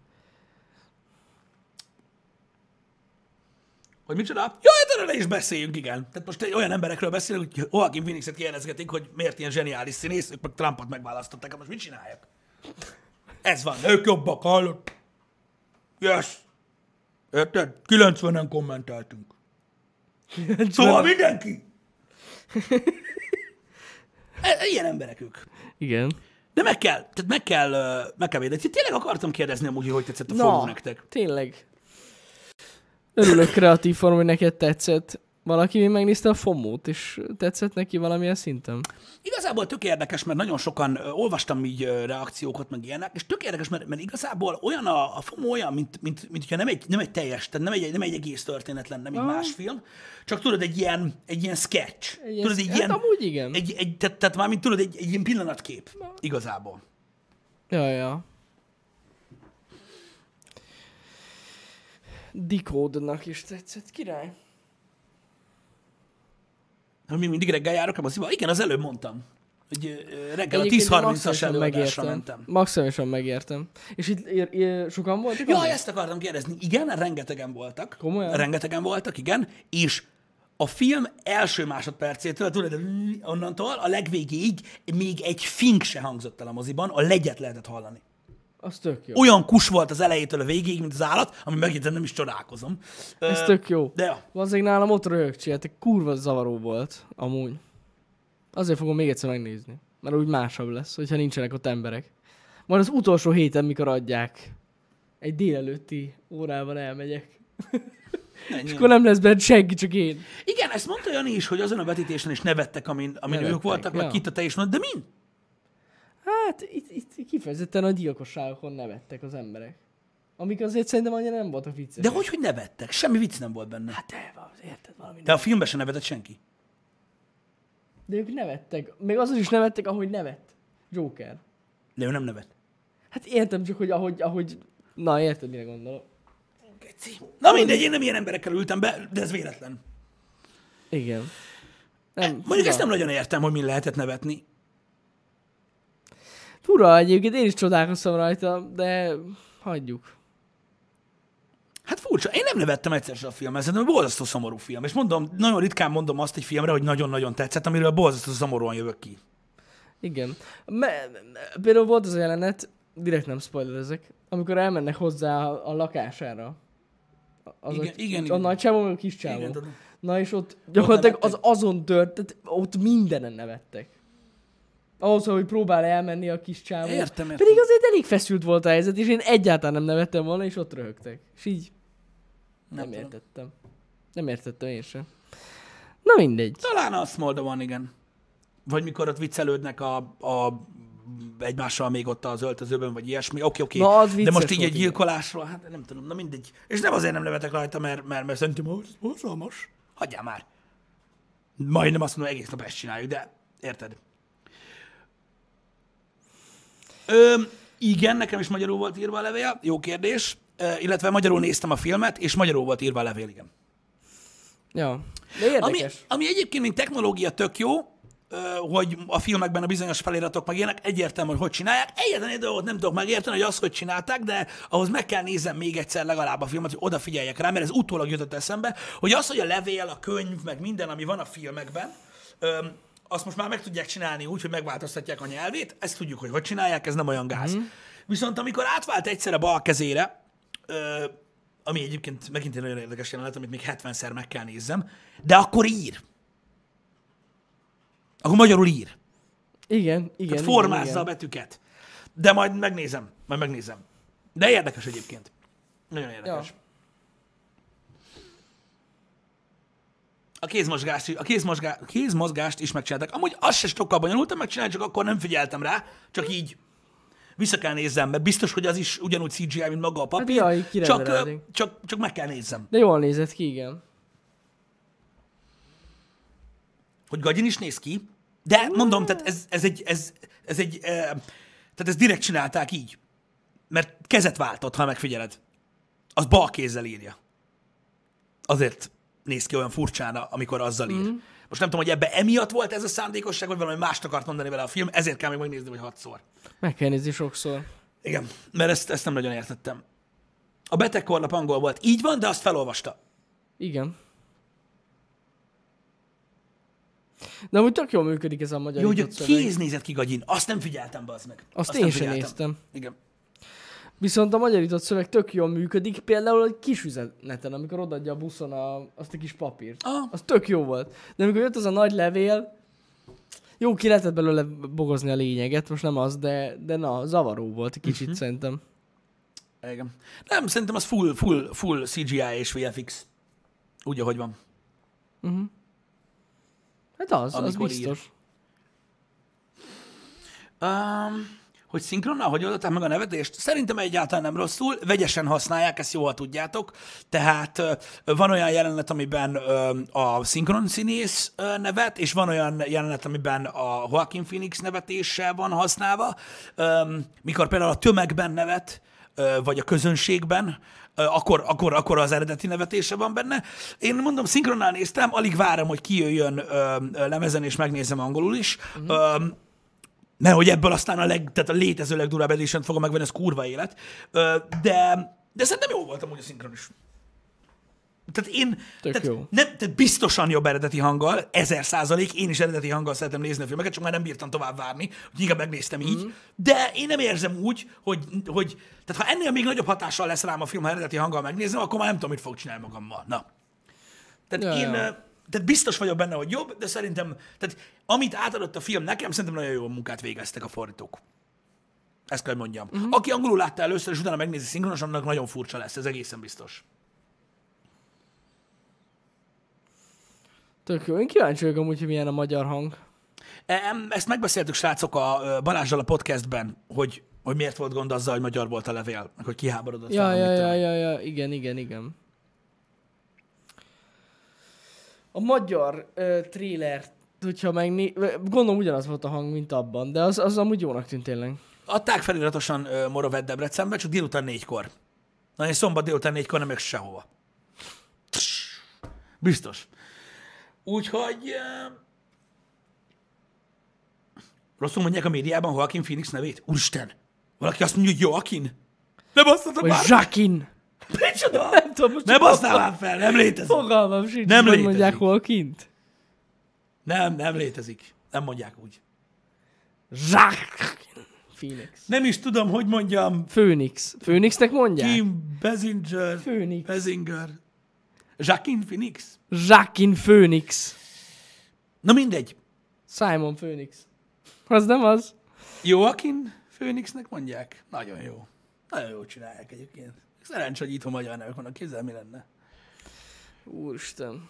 Hogy micsoda? Jó, hát erről is beszéljünk, igen. Tehát most egy olyan emberekről beszélünk, hogy Joaquin Phoenixet kérdezgetik, hogy miért ilyen zseniális színész, ők meg Trumpot megválasztották, most mit csináljak? Ez van, ők jobbak, hallott? Yes. Érted? kilencvenen kommenteltünk. Szóval mindenki! E- Ilyen emberek ők. Igen. De meg kell, tehát meg kell, ö, meg kell védeni. Tényleg akartam kérdezni amúgy, hogy hogy tetszett a Na, FOMO nektek. tényleg. Örülök kreatív form, hogy neked tetszett. Valaki még megnézte a FOMO-t, és tetszett neki valamilyen szinten. Igazából tök érdekes, mert nagyon sokan ö, olvastam így ö, reakciókat, meg ilyenek, és tök érdekes, mert, mert igazából olyan a, a FOMO olyan, mint, mint, mint hogyha nem egy, nem egy teljes, tehát nem egy, nem egy egész történet lenne, mint Ah. más film, csak tudod, egy ilyen, egy ilyen sketch. Egy ilyen tudod, egy sk- ilyen, hát amúgy igen. Egy, egy, tehát, tehát már mint tudod, egy, egy ilyen pillanatkép. Igazából. Ja, ja. Decode-nak is tetszett, király. Hogy még mindig reggel járok a moziba? Igen, az előbb mondtam. Hogy ö, reggel a Egyébként tíz harmincas maximálisan előadásra mentem. Maximálisan megértem. És itt ér, ér, sokan voltak? Ja, amúgy? ezt akartam kérdezni. Igen, rengetegen voltak. Komolyan? Rengetegen voltak, igen. És a film első másodpercétől, tudod, onnantól a legvégéig még egy fink se hangzott el a moziban, a legyet lehetett hallani. Az tök jó. Olyan kus volt az elejétől a végéig, mint az állat, ami megint nem is csodálkozom. Ez Ö, tök jó. De ja. Valószínűleg nálam ott röhögcsélte, kurva zavaró volt, amúgy. Azért fogom még egyszer megnézni. Mert úgy másabb lesz, hogyha nincsenek ott emberek. Majd az utolsó héten, mikor adják, egy délelőtti órában elmegyek. És akkor nem lesz bent senki, csak én. Igen, ezt mondta Jani is, hogy azon a vetítésen is nevettek, amin, amin Nevettek, ők voltak, ja. meg Kita, te is mondod, de min? Hát itt, itt kifejezetten a gyilkosságokon nevettek az emberek. Amik azért szerintem annyira nem voltak viccesek. De hogy, hogy nevettek? Semmi vicc nem volt benne. Hát de, érted valami. De a filmben sem nevetett senki. De ők nevettek. Még azon is nevettek, ahogy nevett. Joker. De ő nem nevet. Hát értem csak, hogy ahogy, ahogy... Na, érted, mire gondolok. Geci. Na mindegy, én nem ilyen emberekkel ültem be, de ez véletlen. Igen. Nem, Mondjuk fura. ezt nem nagyon értem, hogy mi lehetett nevetni. Fura, egyébként én is csodálkoztam rajta, de hagyjuk. Hát furcsa, én nem nevettem egyszer sem a filmben, szerintem borzasztó szomorú film. És mondom, nagyon ritkán mondom azt egy filmre, hogy nagyon-nagyon tetszett, amiről borzasztó szomorúan jövök ki. Igen. Me- például volt az a jelenet, direkt nem spoilerezek, amikor elmennek hozzá a, a lakására. Az Igen, a, igen, a igen. nagy csávó, meg a kis Igen, csávó. tudom. Na és ott gyakorlatilag az nevettek? azon tört, tehát ott mindenen nevettek. Ahhoz, hogy próbál elmenni a kis csávó. Értem, értem. Pedig azért elég feszült volt a helyzet, és én egyáltalán nem nevettem volna, és ott röhögtek. És így nem, Nem nem tudom. értettem. Nem értettem én sem. Na mindegy. Talán a Smolda van, igen. Vagy mikor ott viccelődnek a, a egymással még ott az öltözőben, vagy ilyesmi. Oké, oké. Na, az De vicces most így volt, egy igen. gyilkolásról, hát nem tudom, na mindegy. És nem azért nem nevetek rajta, mert, mert, mert szerintem, hogy ez borzalmas. Hagyjál már. Majdnem azt mondom, egész nap ezt csináljuk, de érted? Ö, igen, nekem is magyarul volt írva a levél, jó kérdés. Ö, illetve magyarul néztem a filmet, és magyarul volt írva a levél, igen. Ja. De érdekes. Ami, ami egyébként, mint technológia tök jó, ö, hogy a filmekben a bizonyos feliratok meg ilyenek, egyértelmű, hogy hogy csinálják. Egyetlen egy dolgot nem tudok megérteni, hogy azt, hogy csinálták, de ahhoz meg kell nézem még egyszer legalább a filmet, hogy odafigyeljek rá, mert ez utólag jutott eszembe, hogy az, hogy a levél, a könyv, meg minden, ami van a filmekben, ö, azt most már meg tudják csinálni úgy, hogy megváltoztatják a nyelvét, ezt tudjuk, hogy hogy csinálják, ez nem olyan gáz. Mm. Viszont amikor átvált egyszer a bal kezére, ö, ami egyébként megint egy nagyon érdekes jelenet, amit még hetvenszer meg kell nézzem, de akkor ír. Akkor magyarul ír. Igen, igen. Tehát formázza igen, a igen. betűket. De majd megnézem, majd megnézem. De érdekes egyébként. Nagyon érdekes. Ja. A kézmozgást, a kézmozgá, kézmozgást is megcsinálták. Amúgy azt se sokkal bonyolultan megcsinálni, csak akkor nem figyeltem rá, csak így vissza kell nézzem, mert biztos, hogy az is ugyanúgy cé gé í, mint maga a papír. Hát jaj, csak, kirenderelték. ö, csak, csak meg kell nézzem. De jól nézett ki, igen. Hogy gagyin is néz ki, de mondom, tehát ez, ez egy, ez, ez egy, eh, tehát ezt direkt csinálták így. Mert kezet váltott, ha megfigyeled. Az bal kézzel írja. Azért néz ki olyan furcsán, amikor azzal ír. Mm. Most nem tudom, hogy ebbe emiatt volt ez a szándékosság, vagy valami mást akart mondani vele a film, ezért kell még megnézni, vagy hatszor. Meg kell nézni sokszor. Igen, mert ezt, ezt nem nagyon értettem. A betegkorlap angol volt. Így van, de azt felolvasta. Igen. De amúgy tök jól működik ez a magyar. Jó, hogy a kéz nézett ki gagyin. Azt nem figyeltem, bazd meg. Azt, nem én sem figyeltem. néztem. Igen. Viszont a magyarított szöveg tök jól működik, például egy kis üzeneten, amikor odaadja a buszon a, azt a kis papírt. Ah. Az tök jó volt. De amikor jött az a nagy levél, jó, ki lehetett belőle bogozni a lényeget, most nem az, de, de na, zavaró volt egy kicsit uh-huh. szerintem. Igen. Nem, szerintem az full, full, full cé gé í és vé ef iksz. Úgy, ahogy van. Uh-huh. Hát az, az Amikor biztos. Um, hogy szinkronnal, hogy oldották meg a nevetést? Szerintem egyáltalán nem rosszul, vegyesen használják, ezt jól tudjátok. Tehát uh, van olyan jelenet, amiben uh, a szinkron színész uh, nevet, és van olyan jelenet, amiben a Joaquin Phoenix nevetése van használva, um, mikor például a tömegben nevet, uh, vagy a közönségben, uh, akkor, akkor, akkor az eredeti nevetése van benne. Én mondom, szinkronnal néztem, alig várom, hogy kijöjjön uh, lemezen, és megnézem angolul is. Uh-huh. Um, Mert hogy ebből aztán a, leg, tehát a létező legdurább edition fogom megvenni, ez kurva élet. Ö, de, de szerintem jó volt amúgy a szinkron is. Tehát én, Tök tehát, jó. nem, tehát biztosan jobb eredeti hanggal, ezer százalék, én is eredeti hanggal szeretem nézni a filmeket, csak már nem bírtam tovább várni, hogy inkább megnéztem így, mm. de én nem érzem úgy, hogy, hogy, tehát ha ennél még nagyobb hatással lesz rám a film, ha eredeti hanggal megnézem, akkor már nem tudom, mit fog csinálni magammal. Na. Tehát Ja, én, ja. tehát biztos vagyok benne, hogy jobb, de szerintem, tehát amit átadott a film nekem, szerintem nagyon jó munkát végeztek a fordítók. Ezt kell, hogy mondjam. Uh-huh. Aki angolul látta először, és utána megnézi szinkronos, annak nagyon furcsa lesz, ez egészen biztos. Tök jó. Én kíváncsi vagyok amúgy, hogy milyen a magyar hang. Ezt megbeszéltük, srácok, a Balázsral a podcastben, hogy, hogy miért volt gond azzal, hogy magyar volt a levél, meg hogy kiháborodott. Ja, fel, ja, mit ja, tudom. ja, ja, igen, igen, igen. A magyar uh, trélert, hogyha megné... Gondolom ugyanaz volt a hang, mint abban, de az, az amúgy jónak tűnt tényleg. Adták feliratosan uh, Moravett Debrecenbe, csak délután négykor. Na, én szombat délután négykor nem megyek sehova. Biztos. Úgyhogy... Uh... Rosszul mondják a médiában Joaquin Phoenix nevét? Úristen! Valaki azt mondja, hogy Joaquin? Ne basszatok Vagy már! Jacquin. Micsoda? Nem tudom, most Ne basszál már fel, nem létezik. fogalmam sincs, Nem hogy létezik. mondják hol kint. Nem, nem létezik. Nem mondják úgy. Jacquin Phoenix. Nem is tudom, hogy mondjam. Phoenix. Phoenixnek mondják? Kim Basinger. Phoenix. Basinger. Joaquin Phoenix. Jacquin Phoenix. Na mindegy. Simon Phoenix. Az nem az? Joaquin Phoenixnek mondják? Nagyon jó. Nagyon jó csinálják egyébként. Szerencs, hogy itthon magyar nevek vannak. Képzel, mi lenne? Úristen.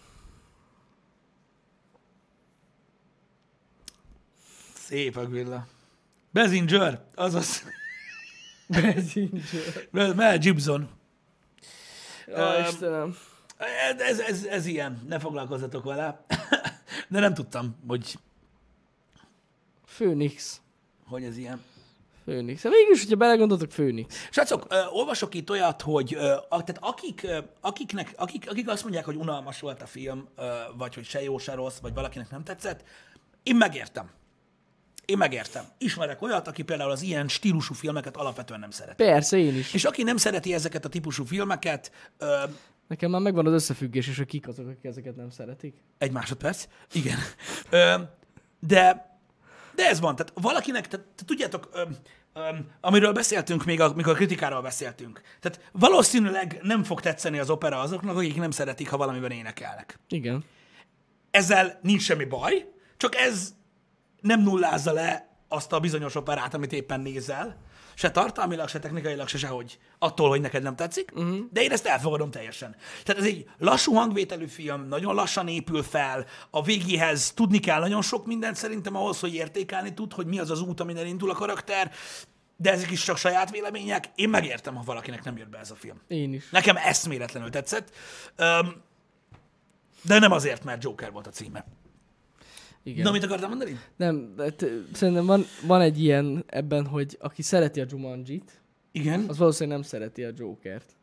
Szép a villa. Basinger, azaz. Basinger. Mel Gibson. Ja, Öm, Istenem. Ez, ez, ez ilyen. Ne foglalkozzatok vele. De nem tudtam, hogy, Phoenix. hogy ez ilyen. Phoenix. Hát mégis, hogyha belegondoltok, Phoenix. Srácok, ö, olvasok itt olyat, hogy ö, a, tehát akik, ö, akiknek, akik, akik azt mondják, hogy unalmas volt a film, ö, vagy hogy se jó, se rossz, vagy valakinek nem tetszett, én megértem. Én megértem. Ismerek olyat, aki például az ilyen stílusú filmeket alapvetően nem szereti. Persze, én is. És aki nem szereti ezeket a típusú filmeket, ö, Nekem már megvan az összefüggés, és hogy kik azok, akik ezeket nem szeretik. egy másodperc, igen. Ö, de, de ez van, tehát valakinek, tehát, tehát tudjátok, ö, ö, amiről beszéltünk még, amikor a kritikáról beszéltünk, tehát valószínűleg nem fog tetszeni az opera azoknak, akik nem szeretik, ha valamiben énekelnek. Igen. Ezzel nincs semmi baj, csak ez nem nullázza le azt a bizonyos operát, amit éppen nézel, se tartalmilag, se technikailag, se sehogy, attól, hogy neked nem tetszik, uh-huh. de én ezt elfogadom teljesen. Tehát ez egy lassú hangvételű film, nagyon lassan épül fel, a végéhez tudni kell nagyon sok mindent szerintem ahhoz, hogy értékelni tud, hogy mi az az út, amin elindul a karakter, de ezek is csak saját vélemények. Én megértem, ha valakinek nem jött be ez a film. Én is. Nekem eszméletlenül tetszett, de nem azért, mert Joker volt a címe. Igen. Na, mit akartam mondani? Nem, de t- szerintem van, van egy ilyen ebben, hogy aki szereti a Jumanjit, Igen. az valószínűleg nem szereti a Jokert.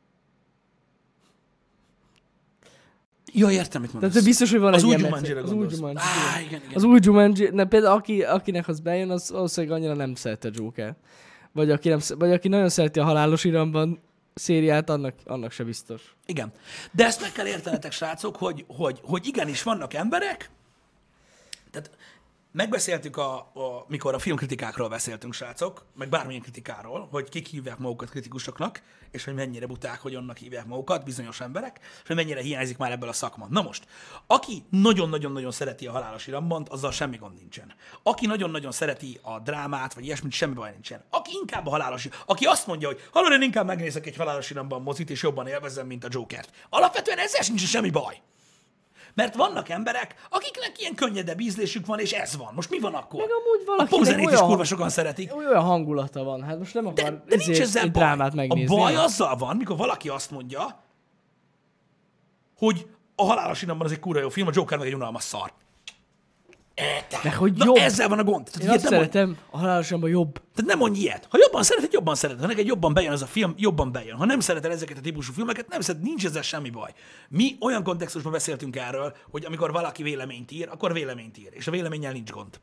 Jó, értem, mit mondasz. Tehát biztos, hogy van Az egy új ilyen Jumanjira meccs- Az új gondolsz. Jumanji. Á, igen. igen, igen. Az új Jumanji, ne, például aki, akinek az bejön, az valószínűleg annyira nem szereti a Joker. Vagy aki, nem, vagy aki nagyon szereti a Halálos Iramban szériát, annak, annak se biztos. Igen. De ezt meg kell értenetek, srácok, hogy, hogy, hogy igenis vannak emberek, tehát megbeszéltük, a, a, mikor a filmkritikákról beszéltünk, srácok, meg bármilyen kritikáról, hogy kik hívják magukat kritikusoknak, és hogy mennyire buták, hogy annak hívják magukat bizonyos emberek, és hogy mennyire hiányzik már ebből a szakma. Na most, aki nagyon-nagyon-nagyon szereti a Halálos Irambant, azzal semmi gond nincsen. Aki nagyon-nagyon szereti a drámát, vagy ilyesmit, semmi baj nincsen. Aki inkább a Halálos aki azt mondja, hogy hallod, én inkább megnézek egy Halálos Iramban mozit, és jobban élvezem, mint a Jokert. Alapvetően ezzel sincs semmi baj. Mert vannak emberek, akiknek ilyen könnyedebb ízlésük van, és ez van. Most mi van akkor? Meg amúgy A valakinek Pozenét is olyan- kurva sokan szeretik. Olyan hangulata van, hát most nem akar De, de nincs ezért ezzel egy baj. drámát megnézni. A baj nem? azzal van, mikor valaki azt mondja, hogy a Halálos Iramban az egy kurva jó film, a Joker meg egy unalmas szar. E, Meg hogy Na, jobb. ezzel van a gond. Tehát, Én ilyet azt nem mondj, szeretem, a Halálos Iramban jobb. tehát nem mondj ilyet. Ha jobban szereted, jobban szereted. Ha neked jobban bejön ez a film, jobban bejön. Ha nem szereted ezeket a típusú filmeket, nem szereted, nincs ezzel semmi baj. Mi olyan kontextusban beszéltünk erről, hogy amikor valaki véleményt ír, akkor véleményt ír. És a véleménnyel nincs gond.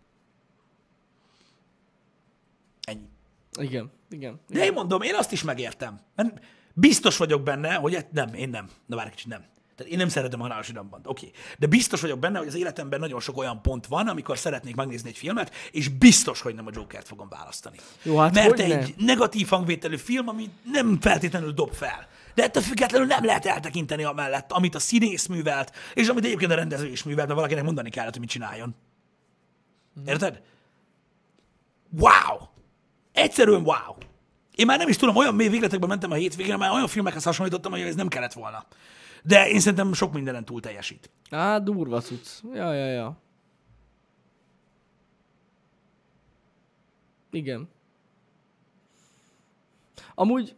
Ennyi. Igen, igen. De én mondom, én azt is megértem. Mert biztos vagyok benne, hogy et- nem, én nem. Na várj egy kicsit, nem. Tehát én nem szeretem a halálos iramban, oké. Okay. De biztos vagyok benne, hogy az életemben nagyon sok olyan pont van, amikor szeretnék megnézni egy filmet, és biztos, hogy nem a Jokert fogom választani. Jó, hát Mert hogyne? egy negatív hangvételű film, ami nem feltétlenül dob fel. De ettől függetlenül nem lehet eltekinteni amellett, amit a színész művelt, és amit egyébként a rendező is művelt, mert valakinek mondani kellett, hogy mit csináljon. Érted? Wow! Egyszerűen wow! Én már nem is tudom, olyan mély végletekben mentem a hétvégén, már olyan filmekhez hasonlítottam, hogy ez nem kellett volna. De én szerintem sok mindenen túl teljesít. Á, durva cucc. Ja, ja, ja. Igen. Amúgy...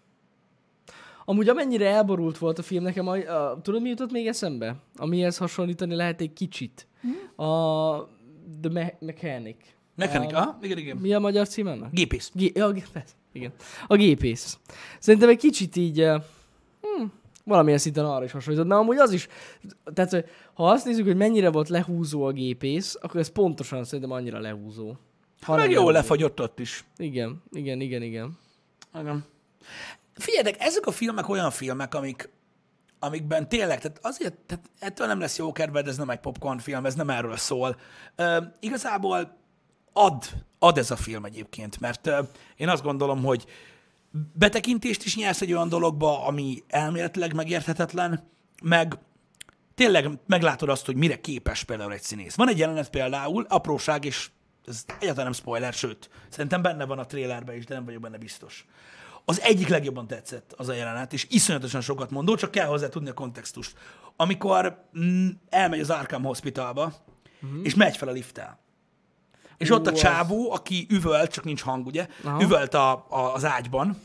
Amúgy amennyire elborult volt a film, nekem a, a, tudod, mi jutott még eszembe? Amihez hasonlítani lehet egy kicsit. Mm. A The Me- Mechanic. Mechanic, a, aha, igen, igen. Mi a magyar címe ennek? Gépész. Gé- ja, gépész. Igen. A gépész. Szerintem egy kicsit így... Uh, hm, valamilyen szinten arra is hasonlított. Mert amúgy az is... Tehát, hogy ha azt nézzük, hogy mennyire volt lehúzó a gépész, akkor ez pontosan szerintem annyira lehúzó. Ha meg jól lefagyott ott is. Igen, igen, igen, igen. Igen. Figyeljetek, ezek a filmek olyan filmek, amik, amikben tényleg, tehát azért, tehát ettől nem lesz jó kedved, ez nem egy popcorn film, ez nem erről szól. Uh, igazából ad, ad ez a film egyébként, mert uh, én azt gondolom, hogy betekintést is nyersz egy olyan dologba, ami elméletileg megérthetetlen, meg tényleg meglátod azt, hogy mire képes például egy színész. Van egy jelenet például, apróság, és ez egyáltalán nem spoiler, sőt, szerintem benne van a trailerben is, de nem vagyok benne biztos. Az egyik legjobban tetszett az a jelenet, és iszonyatosan sokat mondó, csak kell hozzá tudni a kontextust. Amikor mm, elmegy az Arkham Hospitalba, uh-huh. és megy fel a lifttel. És uh, ott a csávó, aki üvölt, csak nincs hang, ugye, aha. üvölt a, a, az ágyban,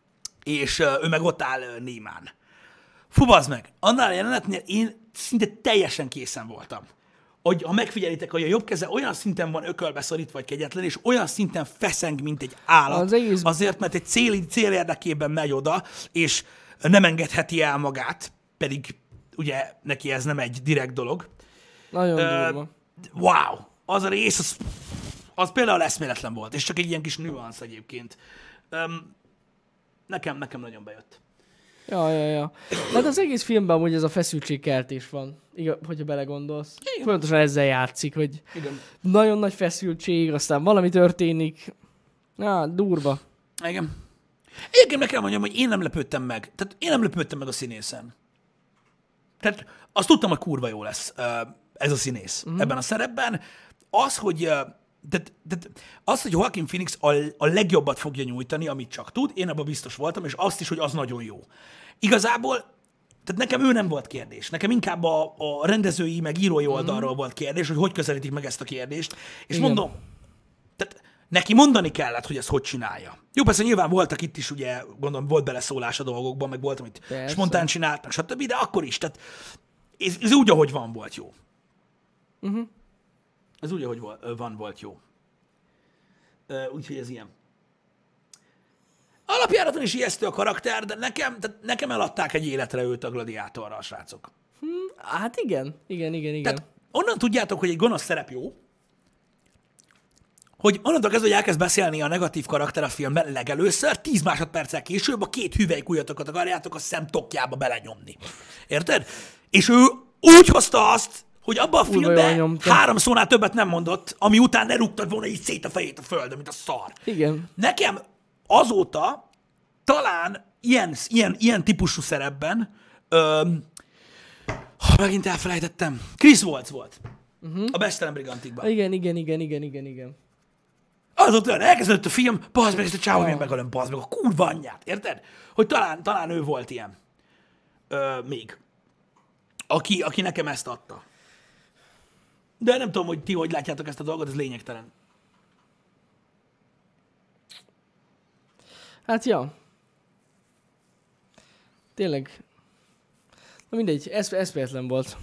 és uh, ő meg ott áll uh, némán. Fú, bazd meg, annál a jelenetnél én szinte teljesen készen voltam. Hogy ha megfigyelitek, hogy a jobb keze olyan szinten van ökölbe szorítva, vagy kegyetlen, és olyan szinten feszeng, mint egy állat, az egész... azért, mert egy cél, cél érdekében megy oda, és nem engedheti el magát, pedig ugye neki ez nem egy direkt dolog. Nagyon uh, durva. Wow! Az a rész, az, az például eszméletlen volt, és csak egy ilyen kis nüansz egyébként. Um, nekem, nekem nagyon bejött. Ja, ja, ja. De hát az egész filmben amúgy ez a feszültségkeltés van, igaz, hogyha belegondolsz. Fontosan ezzel játszik, hogy igen. Nagyon nagy feszültség, aztán valami történik. Ja, durva. Igen. Egyébként meg kell mondjam, hogy én nem lepődtem meg. Tehát én nem lepődtem meg a színészen. Tehát azt tudtam, hogy kurva jó lesz ez a színész uh-huh. ebben a szerepben. Az, hogy... Tehát, tehát az, hogy Joaquin Phoenix a, a legjobbat fogja nyújtani, amit csak tud, én abban biztos voltam, és azt is, hogy az nagyon jó. Igazából, tehát nekem ő nem volt kérdés. Nekem inkább a, a rendezői, meg írói oldalról mm. volt kérdés, hogy hogy közelítik meg ezt a kérdést. És igen. mondom, tehát neki mondani kellett, hogy ezt hogy csinálja. Jó, persze nyilván voltak itt is, ugye, gondolom, volt beleszólás a dolgokban, meg volt, amit persze. spontán csináltak, stb., de akkor is. Tehát ez, ez úgy, ahogy van, volt jó. Uh-huh. Ez úgy, ahogy van, volt jó. Úgyhogy ez ilyen. Alapjáraton is ijesztő a karakter, de nekem, tehát nekem eladták egy életre őt a gladiátorra a srácok. Hmm, hát igen, igen, igen, igen. Tehát onnan tudjátok, hogy egy gonosz szerep jó, hogy onnantól kezdve, hogy elkezd beszélni a negatív karakter a filmben legelőször, tíz másodperccel később a két hüvelykujjatokat akarjátok a szemtokjába belenyomni. Érted? És ő úgy hozta azt, hogy abban a filmben három szónál többet nem mondott, ami után ne rúgtad volna így szét a fejét a földön, mint a szar. Igen. Nekem azóta talán ilyen, ilyen, ilyen típusú szerepben, öm, ha megint elfelejtettem, Chris Waltz volt uh-huh. a Bestelen Brigantikban. Igen, igen, igen, igen, igen, igen. Az ott olyan, elkezdődött a film, bazd meg ezt a csávó, milyen megölöm, bazd meg a kurva anyját, érted? Hogy talán, talán ő volt ilyen. Ö, még. Aki, aki nekem ezt adta. De nem tudom, hogy ti hogy látjátok ezt a dolgot, ez lényegtelen. Hát ja. Tényleg. Na mindegy, ez eszméletlen volt.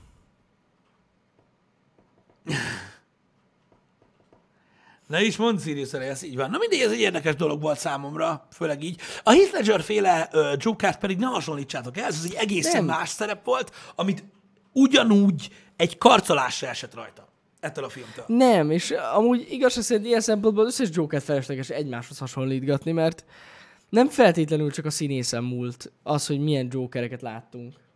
Na is mondd, Sirius, ez így van. Na mindegy, ez egy érdekes dolog volt számomra, főleg így. A Heath Ledger féle uh, Jokert pedig ne hasonlítsátok el, ez egy egészen nem. más szerep volt, amit ugyanúgy egy karcolásra esett rajta ettől a filmtől. Nem, és amúgy igazság szerint ilyen szempontból az összes Jokert felesleges egymáshoz hasonlítgatni, mert nem feltétlenül csak a színészen múlt az, hogy milyen Jokereket láttunk,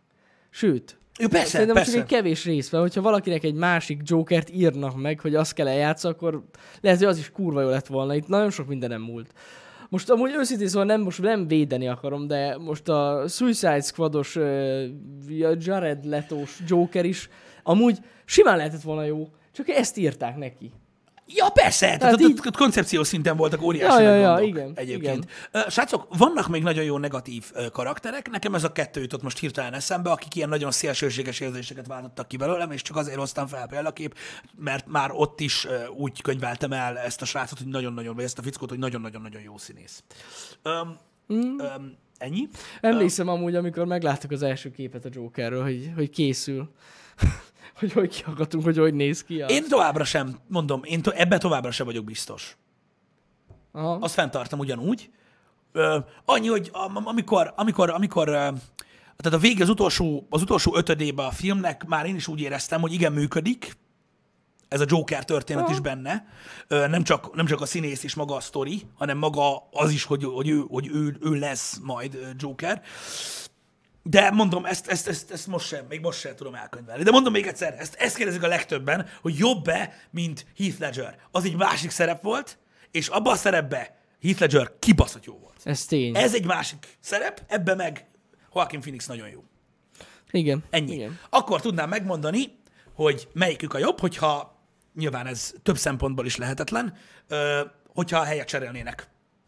Sőt, Jó, persze, szerintem persze. csak egy kevés rész van, hogyha valakinek egy másik Jokert írnak meg, hogy azt kell eljátsz, akkor lehet, hogy az is kurva jó lett volna. Itt nagyon sok mindenem múlt. Most amúgy őszintén szóval nem, most nem védeni akarom, de most a Suicide Squados uh, Jared Letos Joker is amúgy simán lehetett volna jó, csak ezt írták neki. Ja, persze, tehát, tehát így... így... koncepció szinten voltak óriási ja, ja, ja, gondok ja, igen, egyébként. igen. Srácok, vannak még nagyon jó negatív karakterek, nekem ez a kettő jutott most hirtelen eszembe, akik ilyen nagyon szélsőséges érzéseket váltottak ki belőlem, és csak azért hoztam fel példakép, mert már ott is úgy könyveltem el ezt a srácot, hogy nagyon-nagyon, vagy ezt a fickót, hogy nagyon-nagyon-nagyon jó színész. Um, mm. um, ennyi? Emlékszem um, amúgy, amikor megláttuk az első képet a Jokerről, hogy, hogy készül. hogy hogy kihallgatunk, hogy hogy néz ki. Az. Én továbbra sem, mondom, én to- ebbe továbbra sem vagyok biztos. Aha. Azt fenntartom ugyanúgy. Ö, annyi, hogy am- amikor, amikor, amikor ö, tehát a vége az utolsó, az utolsó ötödébe a filmnek már én is úgy éreztem, hogy igen, működik. Ez a Joker történet Aha. is benne. Ö, nem, csak, nem csak a színész és maga a sztori, hanem maga az is, hogy, hogy, ő, hogy ő, ő lesz majd Joker. De mondom, ezt, ezt, ezt, ezt most sem, még most sem tudom elkönyvelni. De mondom még egyszer, ezt, ezt kérdezik a legtöbben, hogy jobb-e, mint Heath Ledger. Az egy másik szerep volt, és abban a szerepben Heath Ledger kibaszott jó volt. Ez tény. Ez egy másik szerep, ebben meg Joaquin Phoenix nagyon jó. Igen. Ennyi. Igen. Akkor tudnám megmondani, hogy melyikük a jobb, hogyha nyilván ez több szempontból is lehetetlen, hogyha a helyet cserélnének.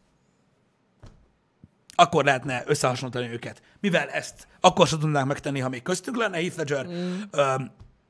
Akkor lehetne összehasonlítani őket. Mivel ezt akkor sem tudnánk megtenni, ha még köztünk lenne Heath Ledger, mm. öm,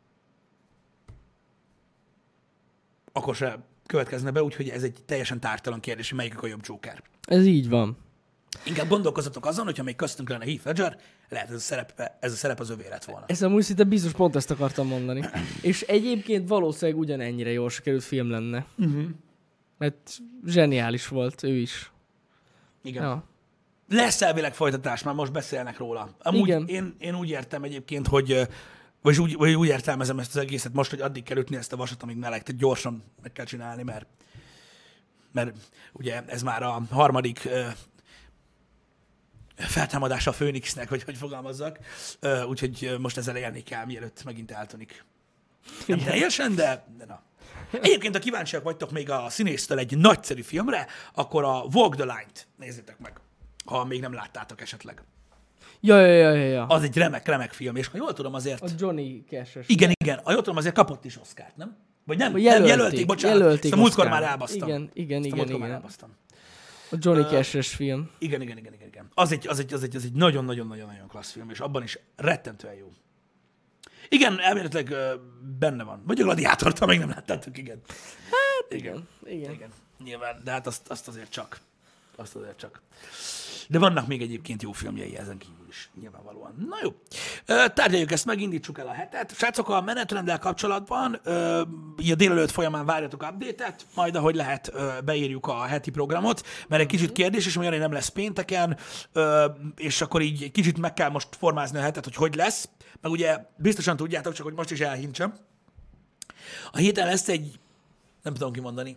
akkor se következne be, úgyhogy ez egy teljesen tártalan kérdés, hogy melyikük a jobb Joker. Ez így van. Inkább gondolkozzatok azon, hogyha még köztünk lenne Heath Ledger, lehet ez a szerep, ez a szerep az övé lett volna. Ez amúgy szinte biztos pont ezt akartam mondani. És egyébként valószínűleg ugyanennyire jól sikerült film lenne. Uh-huh. Mert zseniális volt ő is. Igen. Ja. Lesz elvileg folytatás, már most beszélnek róla. Amúgy Igen. Én, én úgy értem egyébként, hogy vagy úgy, vagy úgy értelmezem ezt az egészet most, hogy addig kell ütni ezt a vasat, amíg meleg, tehát gyorsan meg kell csinálni, mert, mert ugye ez már a harmadik uh, feltámadása a Főnixnek, vagy hogy fogalmazzak, uh, úgyhogy most ezzel élni kell, mielőtt megint eltűnik. Nem teljesen, de, de na. Egyébként, ha kíváncsiak vagytok még a színésztől egy nagyszerű filmre, akkor a Walk the Line-t nézzétek meg, ha még nem láttátok esetleg. Ja, ja, ja, ja, ja. Az egy remek, remek film, és ha jól tudom azért... A Johnny Cash-es. Igen, igen, ha jól tudom azért kapott is Oscárt, nem? Vagy nem? Jelölték, nem jelölték, bocsánat. jelölték Ezt a múltkor Oscarra. már elbasztam. Igen, igen, Ezt a igen, múltkor igen. már elbasztam. A Johnny Uh, Cash-es film. Igen, igen, igen, igen, igen. Az egy, az egy, az egy, az egy nagyon-nagyon-nagyon-nagyon klassz film, és abban is rettentően jó. Igen, elméletileg uh, benne van. Vagy a Gladiátort, ha még nem láttátok, igen. Hát igen, igen. igen. Igen, nyilván, de hát azt, azt azért csak. Azt azért csak. De vannak még egyébként jó filmjei ezen kívül is, nyilvánvalóan. Na jó, tárgyaljuk ezt meg, indítsuk el a hetet. Srácok, a menetrenddel kapcsolatban így a délelőtt folyamán várjatok update-et, majd ahogy lehet beírjuk a heti programot, mert egy kicsit kérdés, és olyan, hogy nem lesz pénteken, és akkor így egy kicsit meg kell most formázni a hetet, hogy hogy lesz. Meg ugye biztosan tudjátok, csak hogy most is elhintsem. A héten lesz egy, nem tudom kimondani,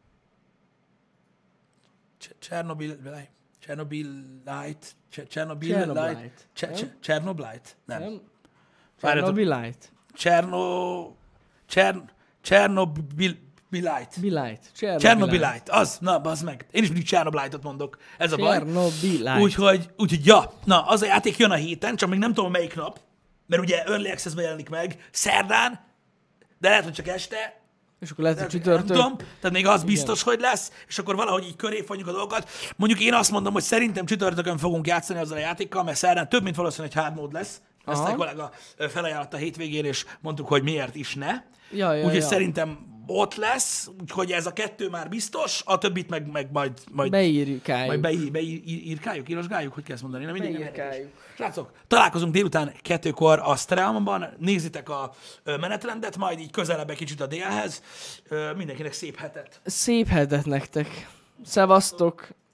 Csernobyl... Chernobylite, Chernobylite, Chernobylite, nem. Chernobylite. Cherno, Chern, Chernobylite. Bilite. Chernobylite, az, na, bazd meg. Én is mindig Chernobylite-ot mondok, ez a baj. Chernobylite. Úgyhogy, úgyhogy, ja, na, az a játék jön a héten, csak még nem tudom melyik nap, mert ugye Early Access-ben jelenik meg, szerdán, de lehet, hogy csak este. És akkor lehet, hogy csütörtök. Nem tudom, tehát még az biztos, igen, hogy lesz, és akkor valahogy így köré fogjuk a dolgokat. Mondjuk én azt mondom, hogy szerintem csütörtökön fogunk játszani azzal a játékkal, mert szerdán több, mint valószínűleg egy hard mód lesz. Ezt a kollega felajánlott a hétvégén, és mondtuk, hogy miért is ne. Ja, ja, úgyhogy ja. szerintem ott lesz, úgyhogy ez a kettő már biztos, a többit meg, meg majd, majd beírkáljuk. Majd beír, beírkáljuk, írosgáljuk, hogy kell ezt mondani? Nem mindig beírkáljuk. Srácok, találkozunk délután kettőkor a Streamban, nézitek a menetrendet, majd így közelebb egy kicsit a délhez. Mindenkinek szép hetet. Szép hetet nektek. Szevasztok.